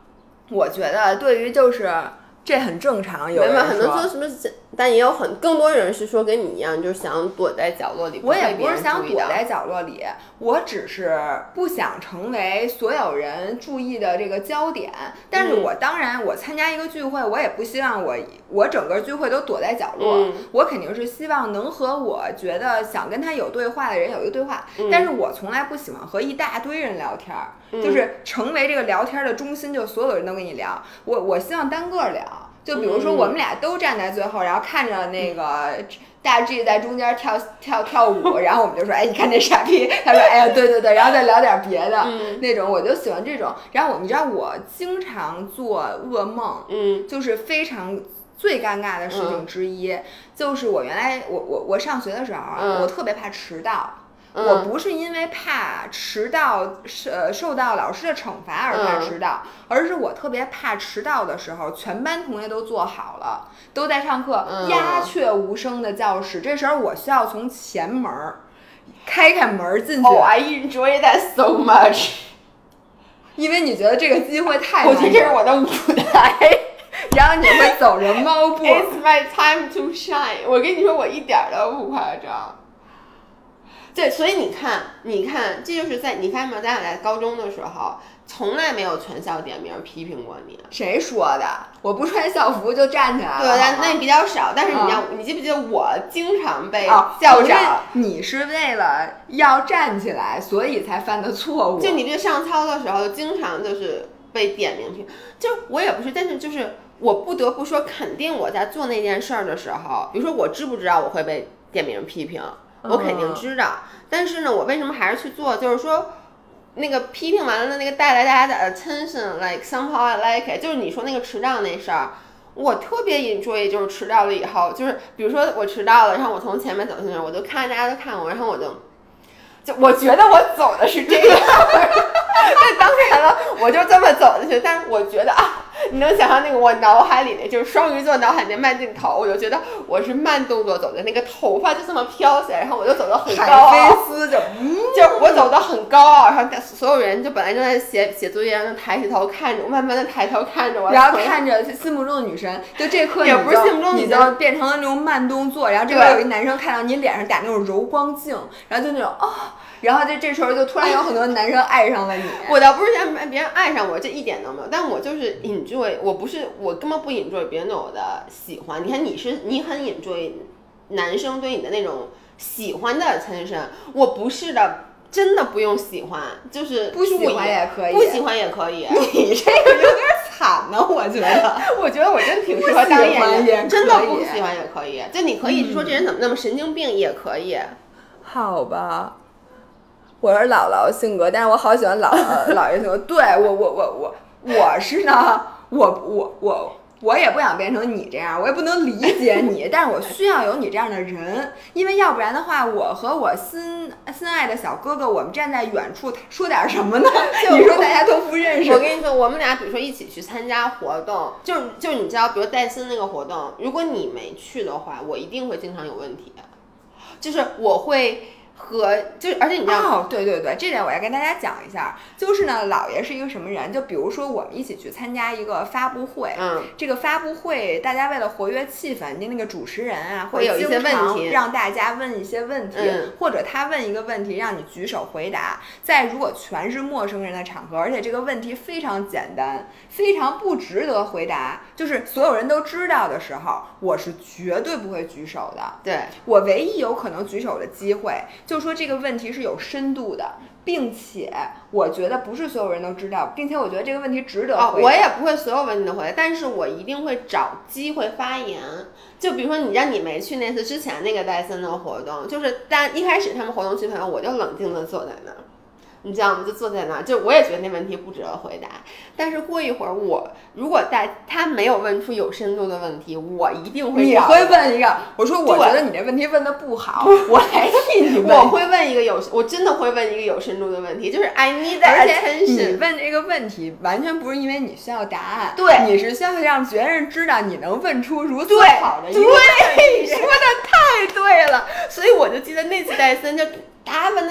我觉得对于就是这很正常，有人很多说什么，但也有更多人是说跟你一样，就是想躲在角落里。 我也不是想躲在角落里，我只是不想成为所有人注意的这个焦点。但是我当然，我参加一个聚会，我也不希望我整个聚会都躲在角落。我肯定是希望能和我觉得想跟他有对话的人有一个对话。但是我从来不喜欢和一大堆人聊天，就是成为这个聊天的中心，就所有人都跟你聊。我希望单个聊。就比如说我们俩都站在最后，然后看着那个大 G 在中间跳舞，然后我们就说，哎，你看这傻逼，他说，哎呀，对对对，然后再聊点别的，那种我就喜欢这种。然后你知道我经常做噩梦，就是非常最尴尬的事情之一，就是我原来我上学的时候，我特别怕迟到。我不是因为怕迟到受到老师的惩罚而怕迟到，而是我特别怕迟到的时候全班同学都坐好了，都在上课，鸦雀无声的教室，这时候我需要从前门开门进去。 I enjoy that so much， 因为你觉得这个机会太难，我觉得这是我的舞台。 然后你会走着猫步。 It's my time to shine。我跟你说，我一点都不夸张。对，所以你看，这就是你发现没有？咱俩在高中的时候，从来没有全校点名批评过你。 谁说的？我不穿校服就站起来了。 对，那比较少。但是你记不记得我经常被校长？ 你是为了要站起来，所以才犯的错误。 就你这上操的时候，经常就是被点名批评。就我也不是，但是就是我不得不说，肯定我在做那件事儿的时候，比如说我知不知道我会被点名批评？我肯定知道，但是呢，我为什么还是去做？就是说，那个批评完了的那个带来大家的 attention，like somehow I like it。就是你说那个迟到那事儿，我特别 enjoy，就是迟到了以后，就是比如说我迟到了，然后我从前面走进去，我就看大家都看我，然后就我觉得我走的是这样，那当然了，我就这么走进去，但是我觉得啊。你能想象那个我脑海里的就是双鱼座脑海里的慢镜头，我就觉得我是慢动作走的，那个头发就这么飘起来，然后我就走得很高傲， 海飞丝就我走得很高傲，然后所有人就本来正在写作业，然后抬起头看着我，慢慢的抬头看着我， 然后看着心目中的女神，就这刻也不是心目中你就变成了那种慢动作，然后这边有一男生看到你脸上打那种柔光镜，然后就那种然后这时候就突然有很多男生爱上了你。 我倒不是让别人爱上我，这一点都没有，但我就是 enjoy， 我根本不 enjoy 别人对我的喜欢。你看你很 enjoy 男生对你的那种喜欢的attention，我不是的，真的不用喜欢，就是不喜欢也可以， 不喜欢也可以。 你这个有点惨呢，我觉得。 我觉得我真挺适合当演员，真的不喜欢也可以。就你可以说这人怎么那么神经病也可以。 好吧。我是姥姥性格，但是我好喜欢姥爷性格。对我是呢，我也不想变成你这样，我也不能理解你，但是我需要有你这样的人，因为要不然的话，我和我心爱的小哥哥，我们站在远处说点什么呢？你说大家都不认识。 我跟你说，我们俩比如说一起去参加活动，就是你知道，比如戴森那个活动，如果你没去的话，我一定会经常有问题，就是我会。而且你知道， 对，这点我要跟大家讲一下。就是呢，姥爷是一个什么人？就比如说我们一起去参加一个发布会，这个发布会大家为了活跃气氛，那个主持人啊会有一些问题， 让大家问一些问题，或者他问一个问题让你举手回答。在如果全是陌生人的场合，而且这个问题非常简单，非常不值得回答，就是所有人都知道的时候，我是绝对不会举手的。 对， 我唯一有可能举手的机会。就说这个问题是有深度的，并且我觉得不是所有人都知道，并且我觉得这个问题值得回答。 我也不会所有问题都回答，但是我一定会找机会发言。就比如说你没去那次之前那个戴森的活动，就是一开始他们活动去朋友，我就冷静的坐在那儿。你知道吗？就坐在那儿，就我也觉得那问题不值得回答。但是过一会儿，如果他没有问出有深度的问题，我一定会。 你会问一个，我说我觉得你这问题问的不好，我来替你问。 我会问一个我真的会问一个有深度的问题，就是 I need that attention。 你问这个问题完全不是因为你需要答案， 对， 你是需要让别人知道你能问出如此好的一个问题。对，说的太对了。所以我就记得那次戴森就。他问的问题都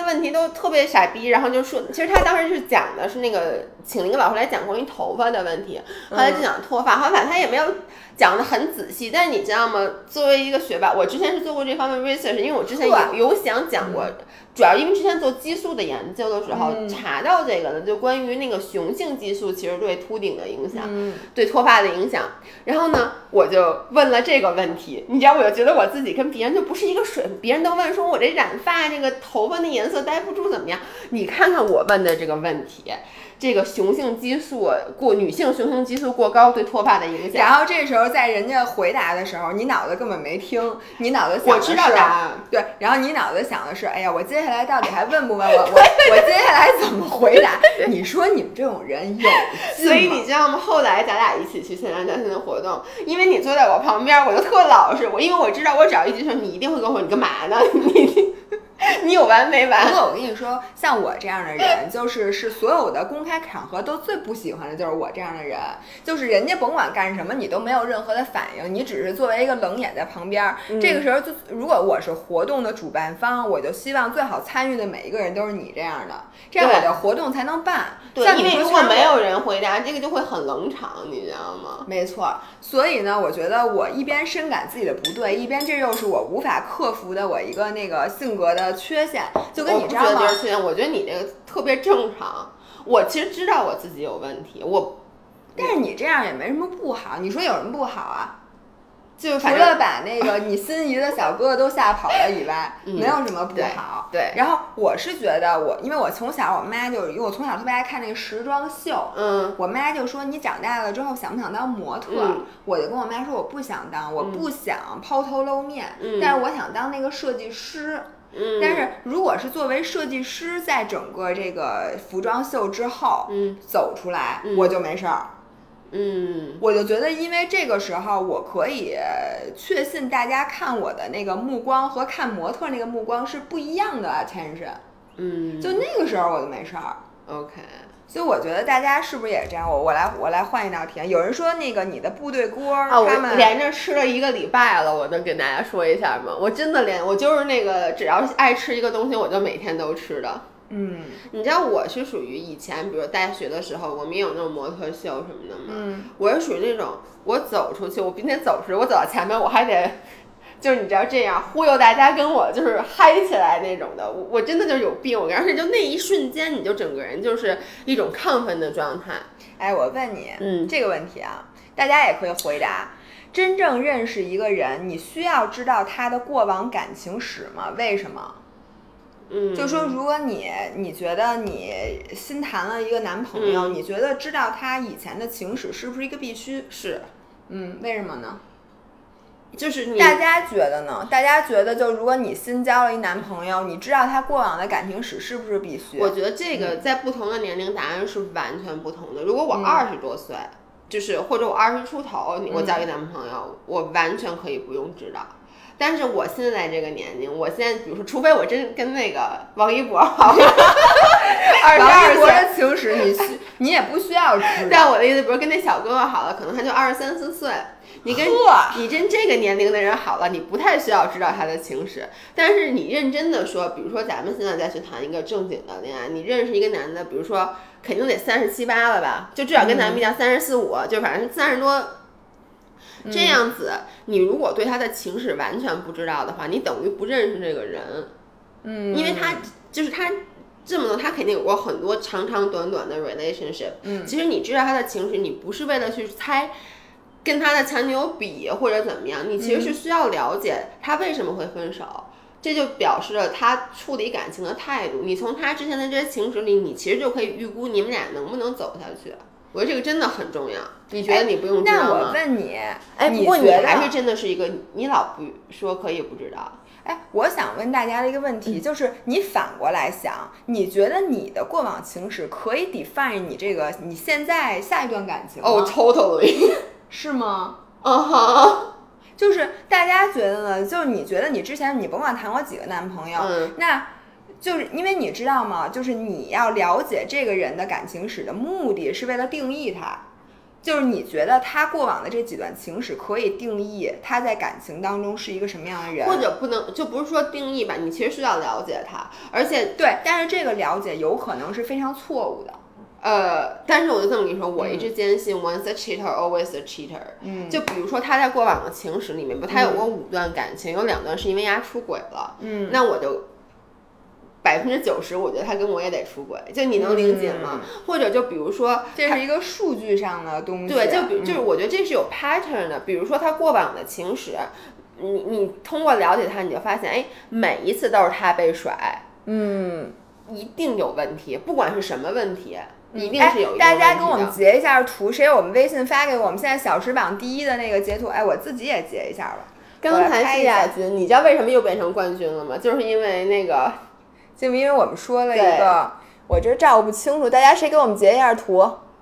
就特别傻逼，然后就说，其实他当时是讲的是那个请了一个老师来讲关于头发的问题，后来就讲脱发，后来他也没有讲的很仔细，但是你知道吗？作为一个学霸，我之前是做过这方面 research， 因为我之前有想讲过。主要因为之前做激素的研究的时候，查到这个的，就关于那个雄性激素其实对秃顶的影响，对脱发的影响。然后呢，我就问了这个问题，你知道，我就觉得我自己跟别人就不是一个水，别人都问说我这染发这个头发的颜色待不住怎么样？你看看我问的这个问题。这个雄性激素女性雄性激素过高对脱发的影响， 然后这时候在人家回答的时候，你脑子根本没听，你脑子想的是我知道答案， 对，然后你脑子想的是，哎呀，我接下来到底还问不问我接下来怎么回答？你说你们这种人有劲吗？ 所以你知道吗？后来咱俩一起去线上健身的活动，因为你坐在我旁边，我就特老实，因为我知道我只要一举手，你一定会跟我说你干嘛呢？你有完没完？ 不过我跟你说，像我这样的人，是所有的公开场合都最不喜欢的就是我这样的人，就是人家甭管干什么，你都没有任何的反应，你只是作为一个冷眼在旁边。这个时候如果我是活动的主办方，我就希望最好参与的每一个人都是你这样的，这样我的活动才能办。 对，因为如果没有人回答，这个就会很冷场，你知道吗？ 没错。所以呢，我觉得我一边深感自己的不对，一边这又是我无法克服的我一个那个性格的缺陷。就跟你知道吗？ 我觉得你这个特别正常。我其实知道我自己有问题， 但是你这样也没什么不好。你说有什么不好啊？ 就除了把那个你心仪的小哥哥都吓跑了以外，没有什么不好。 对。 然后我是觉得因为我从小我妈因为我从小特别爱看那个时装秀，我妈就说你长大了之后想不想当模特？我就跟我妈说我不想当，我不想抛头露面，但是我想当那个设计师。但是如果是作为设计师，在整个这个服装秀之后，走出来，我就没事儿。我就觉得，因为这个时候我可以确信大家看我的那个目光和看模特那个目光是不一样的 attention。就那个时候我就没事儿。 OK。 所以我觉得大家是不是也这样？我来换一道题。有人说那个你的部队锅，他们我连着吃了1个礼拜了，我能跟大家说一下吗？我真的我就是那个只要爱吃一个东西，我就每天都吃的。你知道我是属于以前，比如大学的时候，我们也有那种模特秀什么的嘛。我是属于那种我走出去，我并且走出去，我走到前面，我还得。就是你知道这样忽悠大家跟我就是嗨起来那种的，我真的就有病，而且就那一瞬间你就整个人就是一种亢奋的状态。 哎，我问你，这个问题啊，大家也可以回答。真正认识一个人，你需要知道他的过往感情史吗？为什么？就说如果你觉得你新谈了一个男朋友，你觉得知道他以前的情史是不是一个必须？ 是。 为什么呢？ 就是大家觉得呢？大家觉得就如果你新交了一男朋友，你知道他过往的感情史是不是必须？ 我觉得这个在不同的年龄答案是完全不同的。如果我20多岁，就是或者我20出头，我交一个男朋友，我完全可以不用知道。但是我现在这个年龄，我现在比如说，除非我真跟那个王一博好 ，22岁的情史你也不需要知道。 但我的意思，比如跟那小哥哥好了，可能他就23、24岁。你跟这个年龄的人好了，你不太需要知道他的情史。但是你认真的说，比如说咱们现在再去谈一个正经的恋爱，你认识一个男的，比如说肯定得37、8了吧，就至少跟咱们比较34、5，就反正30多。这样子，你如果对他的情史完全不知道的话，你等于不认识这个人。因为他就是他这么多，他肯定有过很多长长短短的 relationship。其实你知道他的情史，你不是为了去猜跟他的前女友比或者怎么样，你其实是需要了解他为什么会分手。这就表示了他处理感情的态度。你从他之前的这些情史里，你其实就可以预估你们俩能不能走下去。我觉得这个真的很重要。你觉得你不用知道吗？ 那我问你， 不过你还是真的是一个，你老不说可以不知道。 我想问大家的一个问题，就是你反过来想，你觉得你的过往情史可以 define 你现在下一段感情吗 ？totally 是吗？ 就是大家觉得呢？就是你觉得你之前你甭管谈过几个男朋友，那就是因为你知道吗？就是你要了解这个人的感情史的目的是为了定义他。 就是你觉得他过往的这几段情史可以定义他在感情当中是一个什么样的人， 或者不能，就不是说定义吧，你其实是要了解他，而且对，但是这个了解有可能是非常错误的。 但是我就这么跟你说，我一直坚信 once a cheater always a cheater。就比如说他在过往的情史里面他有过5段感情，有2段是因为他出轨了，那我就90%我觉得他跟我也得出轨，就你能理解吗？或者就比如说这是一个数据上的东西， 对，就是我觉得这是有 pattern 的。比如说他过往的情史，你通过了解他，你就发现，哎，每一次都是他被甩，一定有问题，不管是什么问题。一定是有一个问题的。 大家给我们截一下图，谁有我们微信发给我们现在小时榜第1的那个截图？哎，我自己也截一下吧。 刚才是亚军，你知道为什么又变成冠军了吗？就是因为那个， 就因为我们说了一个，我这照不清楚，大家谁给我们截一下图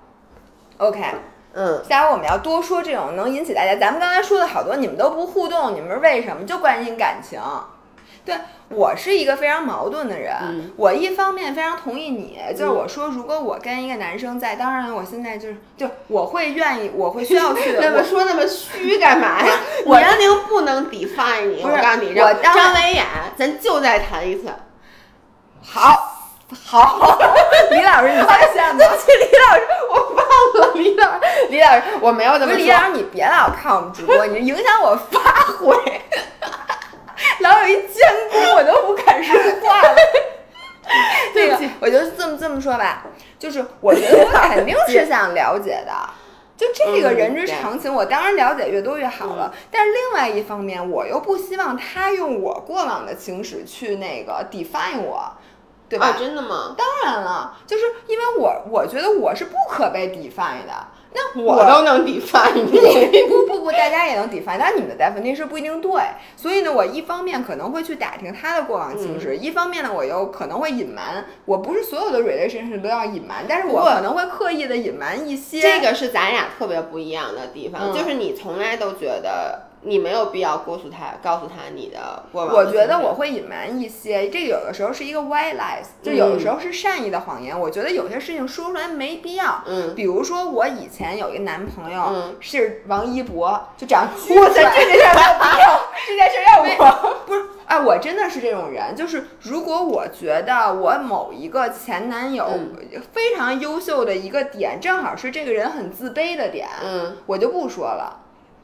？OK， 下回我们要多说这种能引起大家。咱们刚才说的好多，你们都不互动，你们是为什么？就关心感情。对，我是一个非常矛盾的人，我一方面非常同意你，就是我说如果我跟一个男生在，当然我现在就我会愿意，我会需要去那么说那么虚干嘛呀？年龄不能 define 你，我告诉你，张维雅，咱就再谈一次。 好，李老师，你发现吗？ 对不起，李老师，我忘了，李老师，我没有这么说。 李老师，你别老看我们直播，你影响我发挥。老有一监工，我都不敢说话了。对个，我就这么说吧，就是我觉得我肯定是想了解的，就这个人之常情，我当然了解越多越好了。但是另外一方面，我又不希望他用我过往的情史去那个 define 我。对吧？ 真的吗？ 当然了，就是因为我觉得我是不可被 define 的。那我都能 define 你， 不，大家也能 define，但是你们的 definition 不一定对。所以呢，我一方面可能会去打听他的过往情史，一方面呢，我又可能会隐瞒。我不是所有的 relationship 都要隐瞒，但是我可能会刻意的隐瞒一些。 这个是咱俩特别不一样的地方，就是你从来都觉得你没有必要告诉他你的过往的。 我觉得我会隐瞒一些，这个有的时候是一个 white lies， 就有的时候是善意的谎言。我觉得有些事情说出来没必要。比如说我以前有一个男朋友是王一博，就长巨帅。我在这件事没有必要，这件事让我不是。哎，我真的是这种人，就是如果我觉得我某一个前男友非常优秀的一个点，正好是这个人很自卑的点，我就不说了。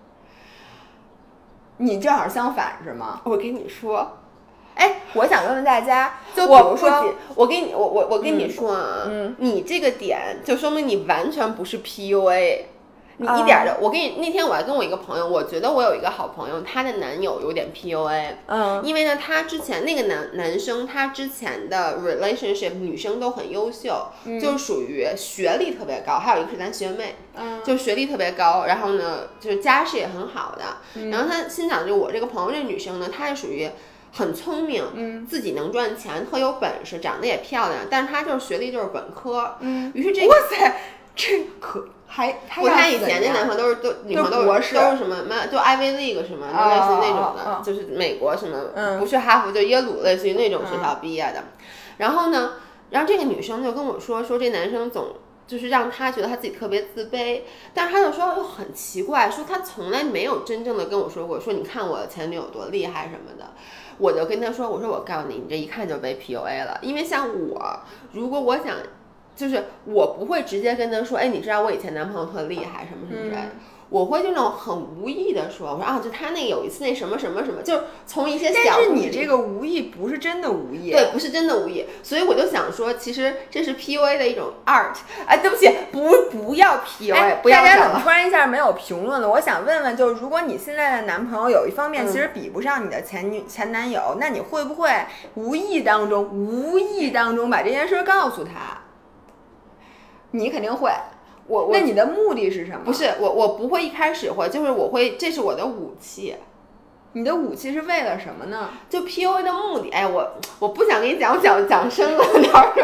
你正好相反是吗？ 我跟你说， 哎，我想问问大家，就比如说， 我跟你说啊，你这个点就说明你完全不是 PUA。你一点的，我跟你那天我还跟我一个朋友，我觉得我有一个好朋友，她的男友有点 PUA，因为呢，他之前那个男生，他之前的 relationship 女生都很优秀，就是属于学历特别高，还有一个是咱学妹，就是学历特别高，然后呢，就是家世也很好的，然后他欣赏就我这个朋友这女生呢，她是属于很聪明，自己能赚钱，特有本事，长得也漂亮，但是她就是学历就是本科，于是这个哇塞，这可。 他以前那男朋友都女朋友都是什么就 Ivy League 什么，类似那种的，就是美国什么，不是哈佛就耶鲁，类似于那种学校毕业的。然后呢，这个女生就跟我说这男生总就是让她觉得她自己特别自卑，但是她就说又很奇怪，说她从来没有真正的跟我说过，说你看我的前女友多厉害什么的。我就跟她说，我说我告诉你，你这一看就被 PUA 了，因为像我，如果我想。就是我不会直接跟他说，哎，你知道我以前男朋友特厉害什么什么之类的，我会就那种很无意的说，我说啊，就他那有一次那什么什么什么，就从一些小。 但是你这个无意不是真的无意， 对，不是真的无意，所以我就想说，其实这是 PUA 的一种 art。哎，对不起，不要 PUA，不要。 大家怎么突然一下没有评论了？我想问问，就是如果你现在的男朋友有一方面其实比不上你的前男友，那你会不会无意当中把这件事告诉他？你肯定会，那你的目的是什么？ 不是我不会一开始会，就是我会，这是我的武器。 你的武器是为了什么呢？ 就 PUA 的目的，哎，我不想跟你讲深了点儿。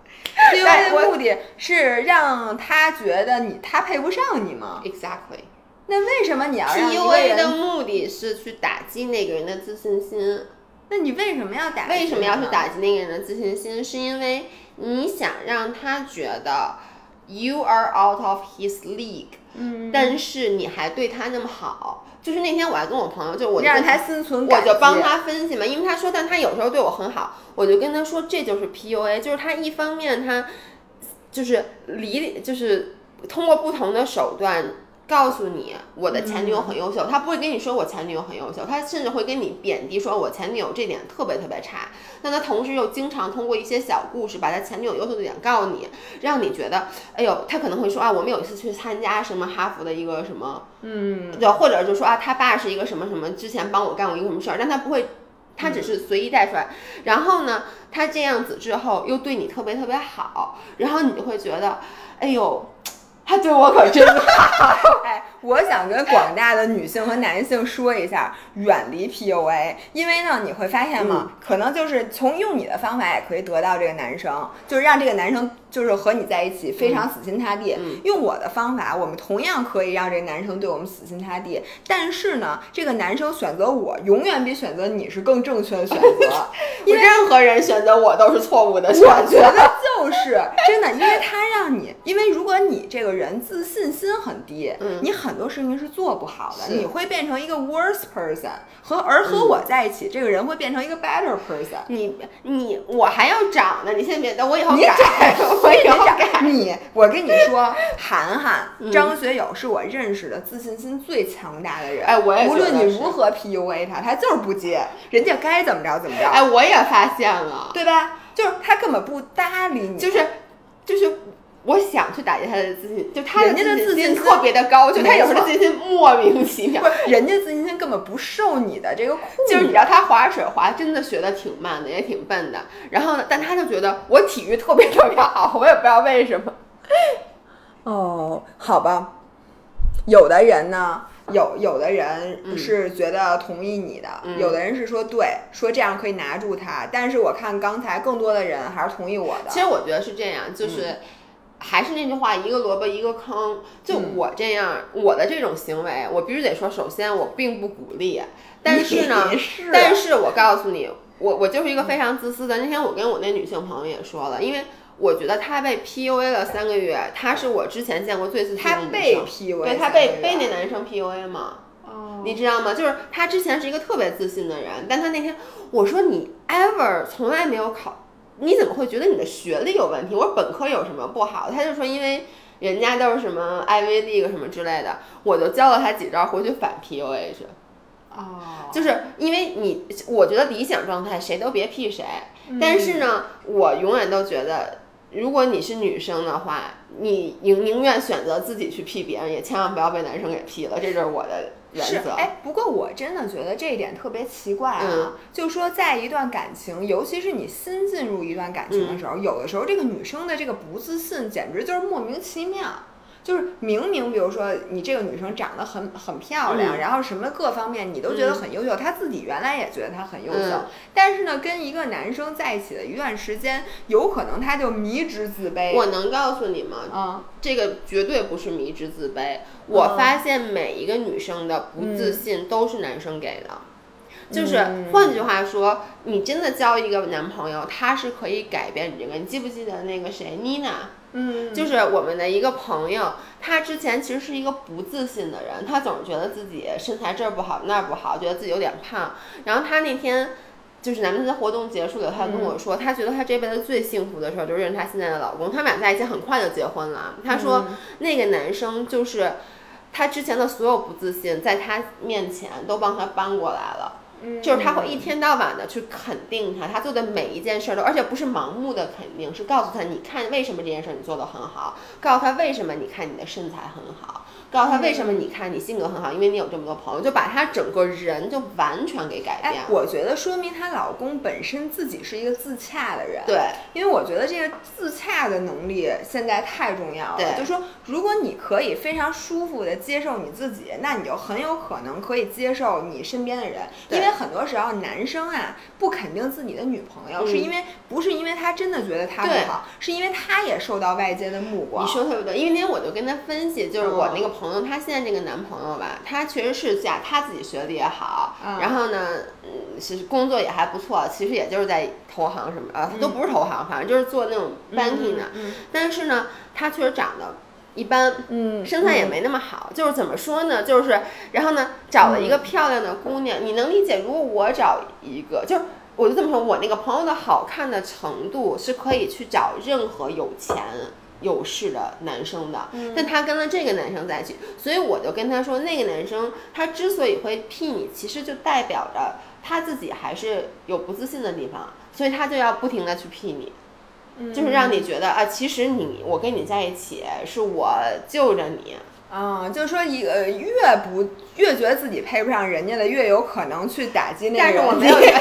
PUA 的目的是让他觉得他配不上你吗 ？Exactly。 那为什么你要让 PUA 的目的是去打击那个人的自信心？ 那你为什么要打击？ 为什么要去打击那个人的自信心？是因为你想让他觉得。 you are out of his league，但是你还对他那么好。就是那天我还跟我朋友，就我让他心存感激， 我就帮他分析嘛，因为他说，但他有时候对我很好，我就跟他说这就是 PUA， 就是他一方面他就是就是通过不同的手段告诉你我的前女友很优秀，他不会跟你说我前女友很优秀，他甚至会跟你贬低说我前女友这点特别特别差，但他同时又经常通过一些小故事把他前女友优秀的点告诉你，让你觉得哎呦，他可能会说啊，我们有一次去参加什么哈佛的一个什么，对，或者就说啊，他爸是一个什么什么，之前帮我干过一个什么事儿，但他不会，他只是随意带出来，然后呢，他这样子之后又对你特别特别好，然后你就会觉得哎呦，他对我可真好。 哎，我想跟广大的女性和男性说一下，远离 PUA， 因为呢，你会发现嘛，可能就是从用你的方法也可以得到这个男生，就是让这个男生就是和你在一起非常死心塌地。用我的方法，我们同样可以让这个男生对我们死心塌地，但是呢，这个男生选择我永远比选择你是更正确的选择， 因为任何人选择我都是错误的选择。 我觉得就是真的，因为他让你，因为如果你这个人自信心很低，你很多事情是做不好的，你会变成一个 worse person， 而和我在一起，这个人会变成一个 better person。 我还要长呢，你先别，等我以后改， 我以后改。 我跟你说，韩寒、张学友是我认识的自信心最强大的人。 哎，我也无论你如何 PUA 他就是不接，人家该怎么着怎么着。 哎，我也发现了， 对吧？就是他根本不搭理你， 就是。我想去打击他的自信，就他的自信心特别的高，就他有时候自信心莫名其妙。 人家自信心根本不受你的这个控制。 就是你知道他划水划真的学的挺慢的，也挺笨的。然后呢，但他就觉得我体育特别特别好，我也不知道为什么。 哦，好吧。有的人呢，有的人是觉得同意你的，有的人是说对，说这样可以拿住他。但是我看刚才更多的人还是同意我的。 其实我觉得是这样，就是。还是那句话，一个萝卜一个坑。就我这样，我的这种行为，我必须得说，首先我并不鼓励，但是呢，但是我告诉你，我就是一个非常自私的。那天我跟我那女性朋友也说了，因为我觉得她被 PUA 了3个月，她是我之前见过最自信的女生。 她被 PUA， 对，她被那男生 PUA 嘛。你知道吗？就是她之前是一个特别自信的人，但她那天我说你 ever 从来没有你怎么会觉得你的学历有问题？我说本科有什么不好？他就说因为人家都是什么 Ivy League 什么之类的，我就教了他几招回去反 PUA 去。就是因为我觉得理想状态谁都别 P 谁，但是呢，我永远都觉得，如果你是女生的话，你宁愿选择自己去 P 别人，也千万不要被男生给 P 了，这就是我的原则。 哎，不过我真的觉得这一点特别奇怪啊，就是说在一段感情，尤其是你新进入一段感情的时候，有的时候这个女生的这个不自信简直就是莫名其妙。就是明明比如说你这个女生长得很漂亮，然后什么各方面你都觉得很优秀，她自己原来也觉得她很优秀，但是呢跟一个男生在一起的一段时间，有可能她就迷之自卑。 我能告诉你吗？这个绝对不是迷之自卑。我发现每一个女生的不自信都是男生给的。就是换句话说，你真的交一个男朋友，他是可以改变你这个。你记不记得那个谁妮娜？就是我们的一个朋友，他之前其实是一个不自信的人，他总是觉得自己身材这儿不好那儿不好，觉得自己有点胖。然后他那天就是咱们的活动结束了，他跟我说，他觉得他这辈子最幸福的事就是认识他现在的老公，他们俩在一起很快就结婚了。他说那个男生就是他之前的所有不自信，在他面前都帮他搬过来了。就是他会一天到晚的去肯定他做的每一件事都，而且不是盲目的肯定，是告诉他你看为什么这件事你做得很好，告诉他为什么你看你的身材很好，告诉他为什么你看你性格很好，因为你有这么多朋友，就把他整个人就完全给改变了。 我觉得说明她老公本身自己是一个自洽的人。 对， 因为我觉得这个自洽的能力现在太重要了。 对， 就是说如果你可以非常舒服的接受你自己，那你就很有可能可以接受你身边的人。因为很多时候男生啊不肯定自己的女朋友，是因为不是因为他真的觉得他不好，是因为他也受到外界的目光。 你说特别对，因为那天我就跟他分析，就是我那个朋友，他现在这个男朋友吧，他确实是他自己学历也好，然后呢，其实工作也还不错，其实也就是在投行什么都不是投行，反正就是做那种 banking 的，但是呢，他确实长得一般，身材也没那么好，就是怎么说呢，就是然后呢，找了一个漂亮的姑娘，你能理解？如果我找一个，就是我就这么说，我那个朋友的好看的程度是可以去找任何有钱有势的男生的，但他跟了这个男生在一起，所以我就跟他说，那个男生他之所以会屁你，其实就代表着他自己还是有不自信的地方，所以他就要不停的去屁你。就是让你觉得啊，其实我跟你在一起是我救着你就是说一个越觉得自己配不上人家的，越有可能去打击那个人。 但是我没有觉得，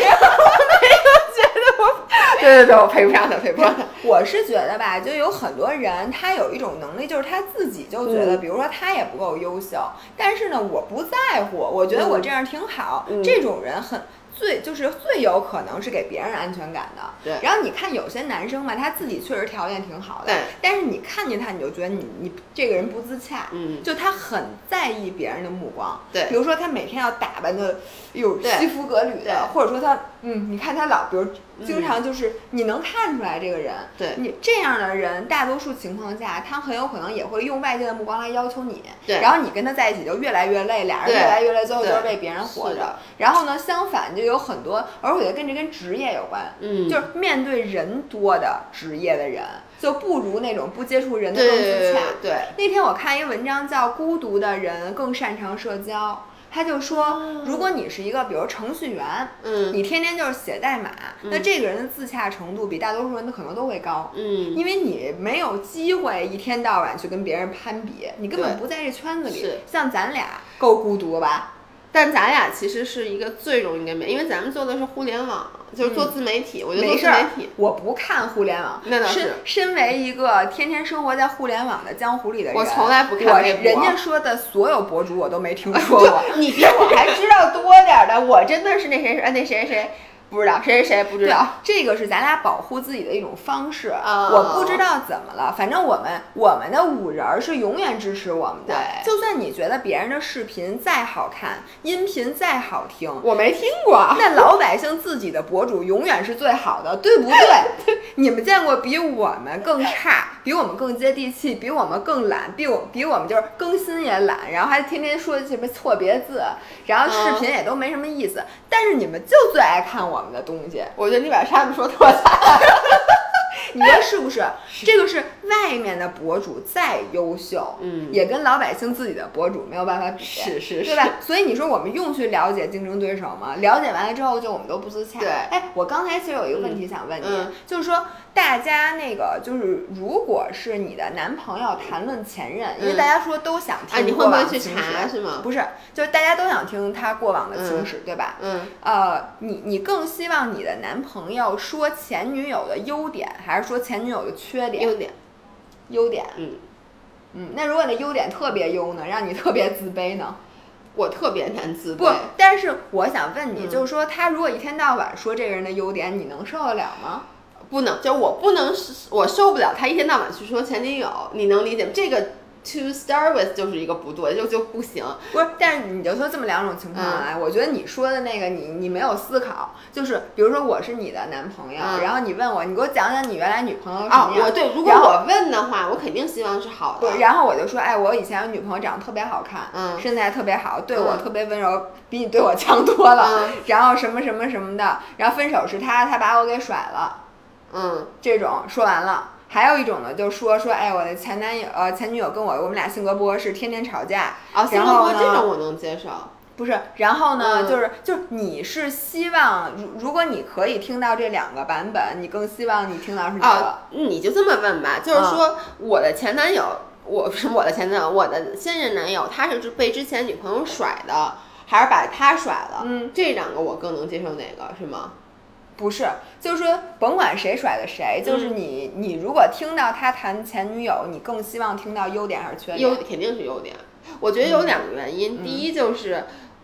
对，我配不上他，配不上他。 我是觉得吧，就有很多人他有一种能力，就是他自己就觉得，比如说他也不够优秀，但是呢，我不在乎，我觉得我这样挺好，这种人最有可能是给别人安全感的。 对。 然后你看有些男生吧，他自己确实条件挺好的，但是你看见他，你就觉得你这个人不自洽，就他很在意别人的目光。 对。 比如说他每天要打扮的西服革履的，或者说他你看他老比如经常就是你能看出来这个人， 对， 你这样的人大多数情况下他很有可能也会用外界的目光来要求你， 对， 然后你跟他在一起就越来越累，俩人越来越累，最后就是为别人活着。然后呢，相反就有很多，而我觉得这跟职业有关，就是面对人多的职业的人，就不如那种不接触人的更自洽。 对， 那天我看一个文章叫《孤独的人更擅长社交》。他就说，如果你是一个比如程序员，你天天就是写代码，那这个人的自洽程度比大多数人的可能都会高，因为你没有机会一天到晚去跟别人攀比，你根本不在这圈子里。像咱俩够孤独吧？ 但咱俩其实是一个最容易跟别人，因为咱们做的是互联网，就是做自媒体。我觉得做自媒体， 我不看互联网。 那倒是。 身为一个天天生活在互联网的江湖里的人， 我从来不看微博。 人家说的所有博主我都没听说过。 你比我还知道多点的，我真的是那谁。不知道谁不知道， 这个是咱俩保护自己的一种方式。我不知道怎么了，反正我们的五人是永远支持我们的。就算你觉得别人的视频再好看，音频再好听， 我没听过， 那老百姓自己的博主永远是最好的，对不对？你们见过比我们更差，比我们更接地气，比我们更懒，比我们就是更新也懒，然后还天天说什么错别字，然后视频也都没什么意思，但是你们就最爱看我们的东西。 我觉得你把他们说特惨。 你说是不是？这个是外面的博主再优秀，也跟老百姓自己的博主没有办法比， 是， 对吧？所以你说我们用去了解竞争对手吗？了解完了之后，就我们都不自洽。 对， 哎，我刚才其实有一个问题想问你，就是说大家那个就是如果是你的男朋友谈论前任，因为大家说都想听你会不会去查是吗？ 不是，就是大家都想听他过往的情史，对吧？你更希望你的男朋友说前女友的优点，还是说前女友的缺点？优点。那如果你的优点特别优呢，让你特别自卑呢？ 我特别难自卑。 不，但是我想问你，就是说他如果一天到晚说这个人的优点，你能受得了吗？ 不能，就我受不了他一天到晚去说前女友，你能理解这个？To start with 就是一个不对，就不行。 不是，但是你就说这么两种情况来，我觉得你说的那个你没有思考，就是比如说我是你的男朋友，然后你问我，你给我讲讲你原来女朋友什么样？ 对，如果我问的话，我肯定希望是好的。 对，然后我就说，我以前有女朋友长得特别好看，身材特别好，对我特别温柔，比你对我强多了，然后什么什么什么的，然后分手是他把我给甩了，这种说完了。还有一种呢，就说，我的前女友跟我们俩性格不合适，天天吵架。 性格不合适这种我能接受。 不是，然后呢，就是你是希望，如果你可以听到这两个版本，你更希望你听到是哪个？ 你就这么问吧，就是说我的前男友，我的现任男友，他是被之前女朋友甩的，还是把他甩了？这两个我更能接受哪个是吗？ 不是，就是说甭管谁甩的谁，就是你如果听到他谈前女友，你更希望听到优点还是缺点？ 肯定是优点。我觉得有两个原因，第一就是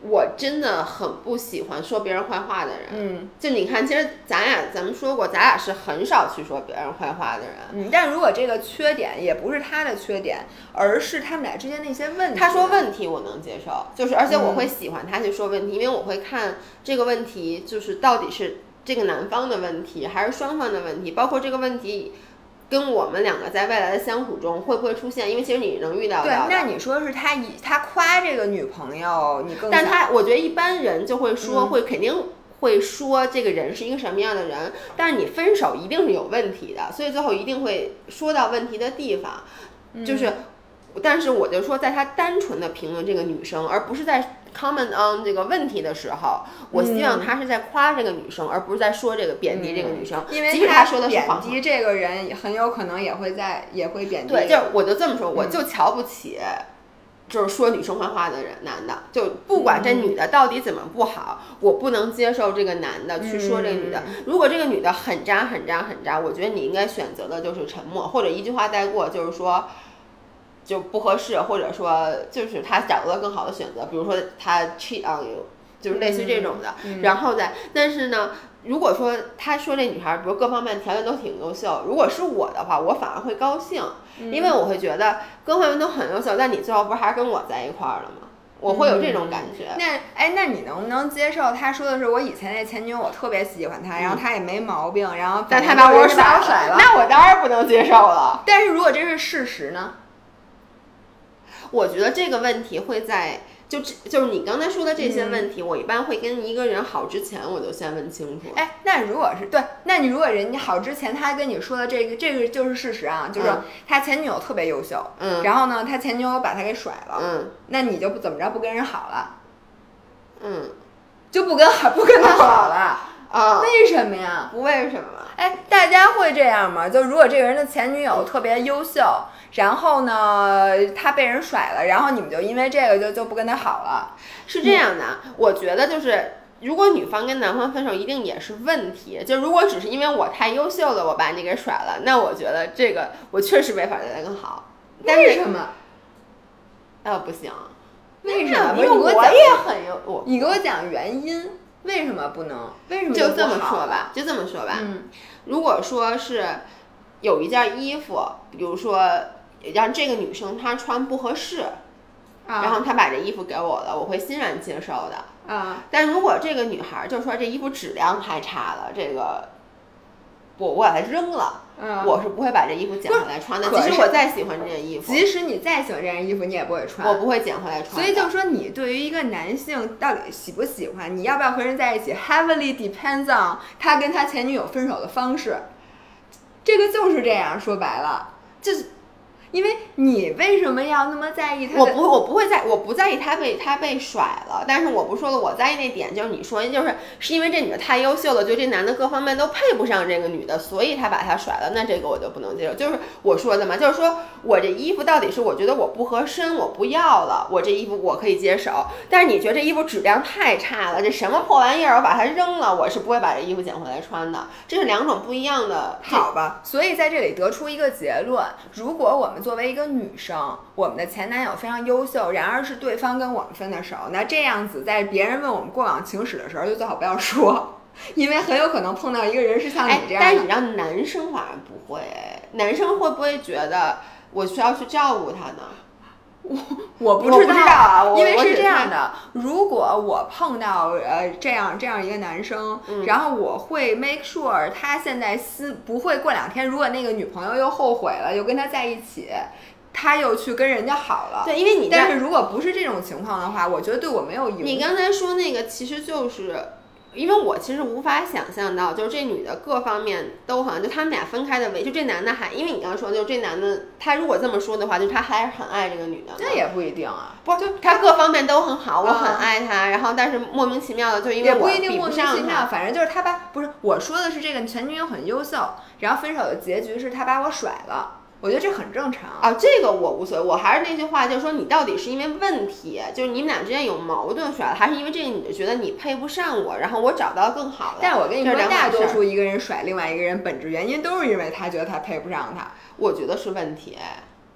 我真的很不喜欢说别人坏话的人。就你看，其实咱们说过，咱俩是很少去说别人坏话的人。 但如果这个缺点也不是他的缺点，而是他们俩之间的一些问题。 他说问题我能接受，就是而且我会喜欢他去说问题，因为我会看这个问题就是到底是这个男方的问题还是双方的问题，包括这个问题跟我们两个在未来的相处中会不会出现，因为其实你能遇到的。 对，那你说是他夸这个女朋友，你更但我觉得一般人就会说，会肯定会说这个人是一个什么样的人，但是你分手一定是有问题的，所以最后一定会说到问题的地方，就是但是我就说在他单纯的评论这个女生，而不是在comment on 这个问题的时候，我希望他是在夸这个女生，而不是在说这个贬低这个女生。 因为即使他说的是贬低这个人，很有可能也会贬低。 对，就是我就这么说，我就瞧不起，就是说女生坏话的人，男的，就不管这女的到底怎么不好，我不能接受这个男的去说这个女的。如果这个女的很渣很渣很渣，我觉得你应该选择的就是沉默，或者一句话带过，就是说。就不合适，或者说就是他找到了更好的选择，比如说他 cheat on you， 就是类似这种的。然后但是呢，如果说他说这女孩，比如各方面条件都挺优秀，如果是我的话，我反而会高兴，因为我会觉得各方面都很优秀，但你最后不是还是跟我在一块儿了吗？我会有这种感觉。 那你能不能接受他说的是我以前那前女友，我特别喜欢她，然后她也没毛病，然后但他把我甩了，那我当然不能接受了。 但是如果这是事实呢？ 我觉得这个问题会在就是你刚才说的这些问题，我一般会跟一个人好之前我就先问清楚。 那如果是对，那你如果人家好之前他跟你说的这个就是事实啊，就是他前女友特别优秀，然后呢他前女友把他给甩了，那你就不怎么着不跟人好了，就不跟他好了啊？为什么呀？ 不为什么？ 大家会这样吗？就如果这个人的前女友特别优秀，然后呢他被人甩了，然后你们就因为这个就不跟他好了， 是这样的。我觉得就是如果女方跟男方分手一定也是问题，就如果只是因为我太优秀了我把你给甩了，那我觉得这个我确实没法再更好。 为什么？ 不行。 为什么？ 因为我也很你给我讲原因，为什么不能？为什么就这么说吧？如果说是有一件衣服，比如说让这个女生她穿不合适，然后她把这衣服给我了，我会欣然接受的。但如果这个女孩就说这衣服质量太差了，这个我把它扔了，我是不会把这衣服捡回来穿的。即使我再喜欢这件衣服， 即使你再喜欢这件衣服，你也不会穿。 我不会捡回来穿。 所以就说你对于一个男性到底喜不喜欢，你要不要和人在一起 ，heavily depends on 他跟他前女友分手的方式。这个就是这样，说白了，就是因为你为什么要那么在意他？ 我不在意他被甩了，但是我不说了，我在意那点就是你说是因为这女的太优秀了，就这男的各方面都配不上这个女的，所以他把她甩了，那这个我就不能接受。就是我说的嘛，就是说我这衣服到底是我觉得我不合身，我不要了，我这衣服我可以接受，但是你觉得这衣服质量太差了，这什么破玩意儿，我把它扔了，我是不会把这衣服捡回来穿的，这是两种不一样的。 好吧，所以在这里得出一个结论：如果我们作为一个女生，我们的前男友非常优秀，然而是对方跟我们分的手，那这样子在别人问我们过往情史的时候，就最好不要说，因为很有可能碰到一个人是像你这样的。 但是你让男生反而不会，男生会不会觉得我需要去照顾他呢？ 我不知道啊，因为是这样的，如果我碰到这样一个男生，然后我会 make sure 他现在不会过2天，如果那个女朋友又后悔了，又跟他在一起，他又去跟人家好了。 对，因为但是如果不是这种情况的话，我觉得对我没有影响。 你刚才说那个其实就是因为我其实无法想象到，就是这女的各方面都好像就他们俩分开的就这男的还，因为你刚刚说就是这男的他如果这么说的话，就他还是很爱这个女的。 那也不一定啊， 不就他各方面都很好，我很爱他，然后但是莫名其妙的就因为我比不上他， 反正就是他不是我说的是这个前女友很优秀，然后分手的结局是他把我甩了。我觉得这很正常啊，这个我无所谓。我还是那句话，就是说你到底是因为问题，就是你们俩之间有矛盾甩了，还是因为这个女的觉得你配不上我，然后我找到更好的？ 但我跟你说，大多数一个人甩另外一个人，本质原因都是因为他觉得他配不上他。 我觉得是问题，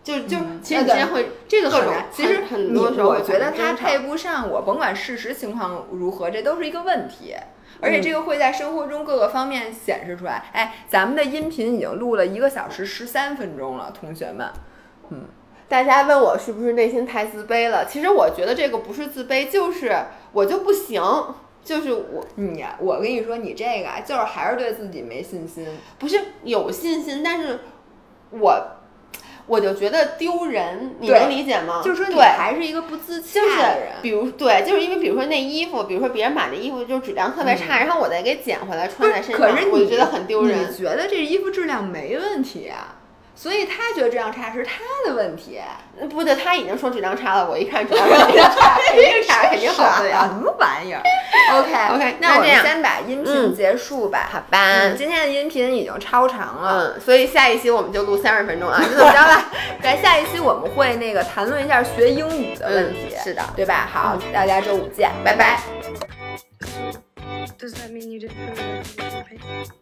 其实你之间会这个各种其实很多时候我觉得他配不上我，甭管事实情况如何，这都是一个问题。而且这个会在生活中各个方面显示出来。哎，咱们的音频已经录了1个小时13分钟了，同学们。 大家问我是不是内心太自卑了？其实我觉得这个不是自卑，就是我就不行，就是我跟你说，你这个就是还是对自己没信心。 不是有信心，但是我就觉得丢人，你能理解吗？ 就是说你还是一个不自洽的人。 就是因为比如说那衣服，比如说别人买的衣服就质量特别差，然后我再给捡回来穿在身上， 可是我就觉得很丢人。 你觉得这衣服质量没问题啊？所以他觉得质量差是他的问题。 不对，他已经说质量差了，我一看质量肯定差，肯定好不了。 什么玩意儿 ？OK， 那我们先把音频结束吧。 好吧， 今天的音频已经超长了， 所以下一期我们就录30分钟啊， 就这么着吧。在下一期我们会谈论一下学英语的问题， 是的， 对吧？好，大家周五见，拜拜。 Does that mean you didn't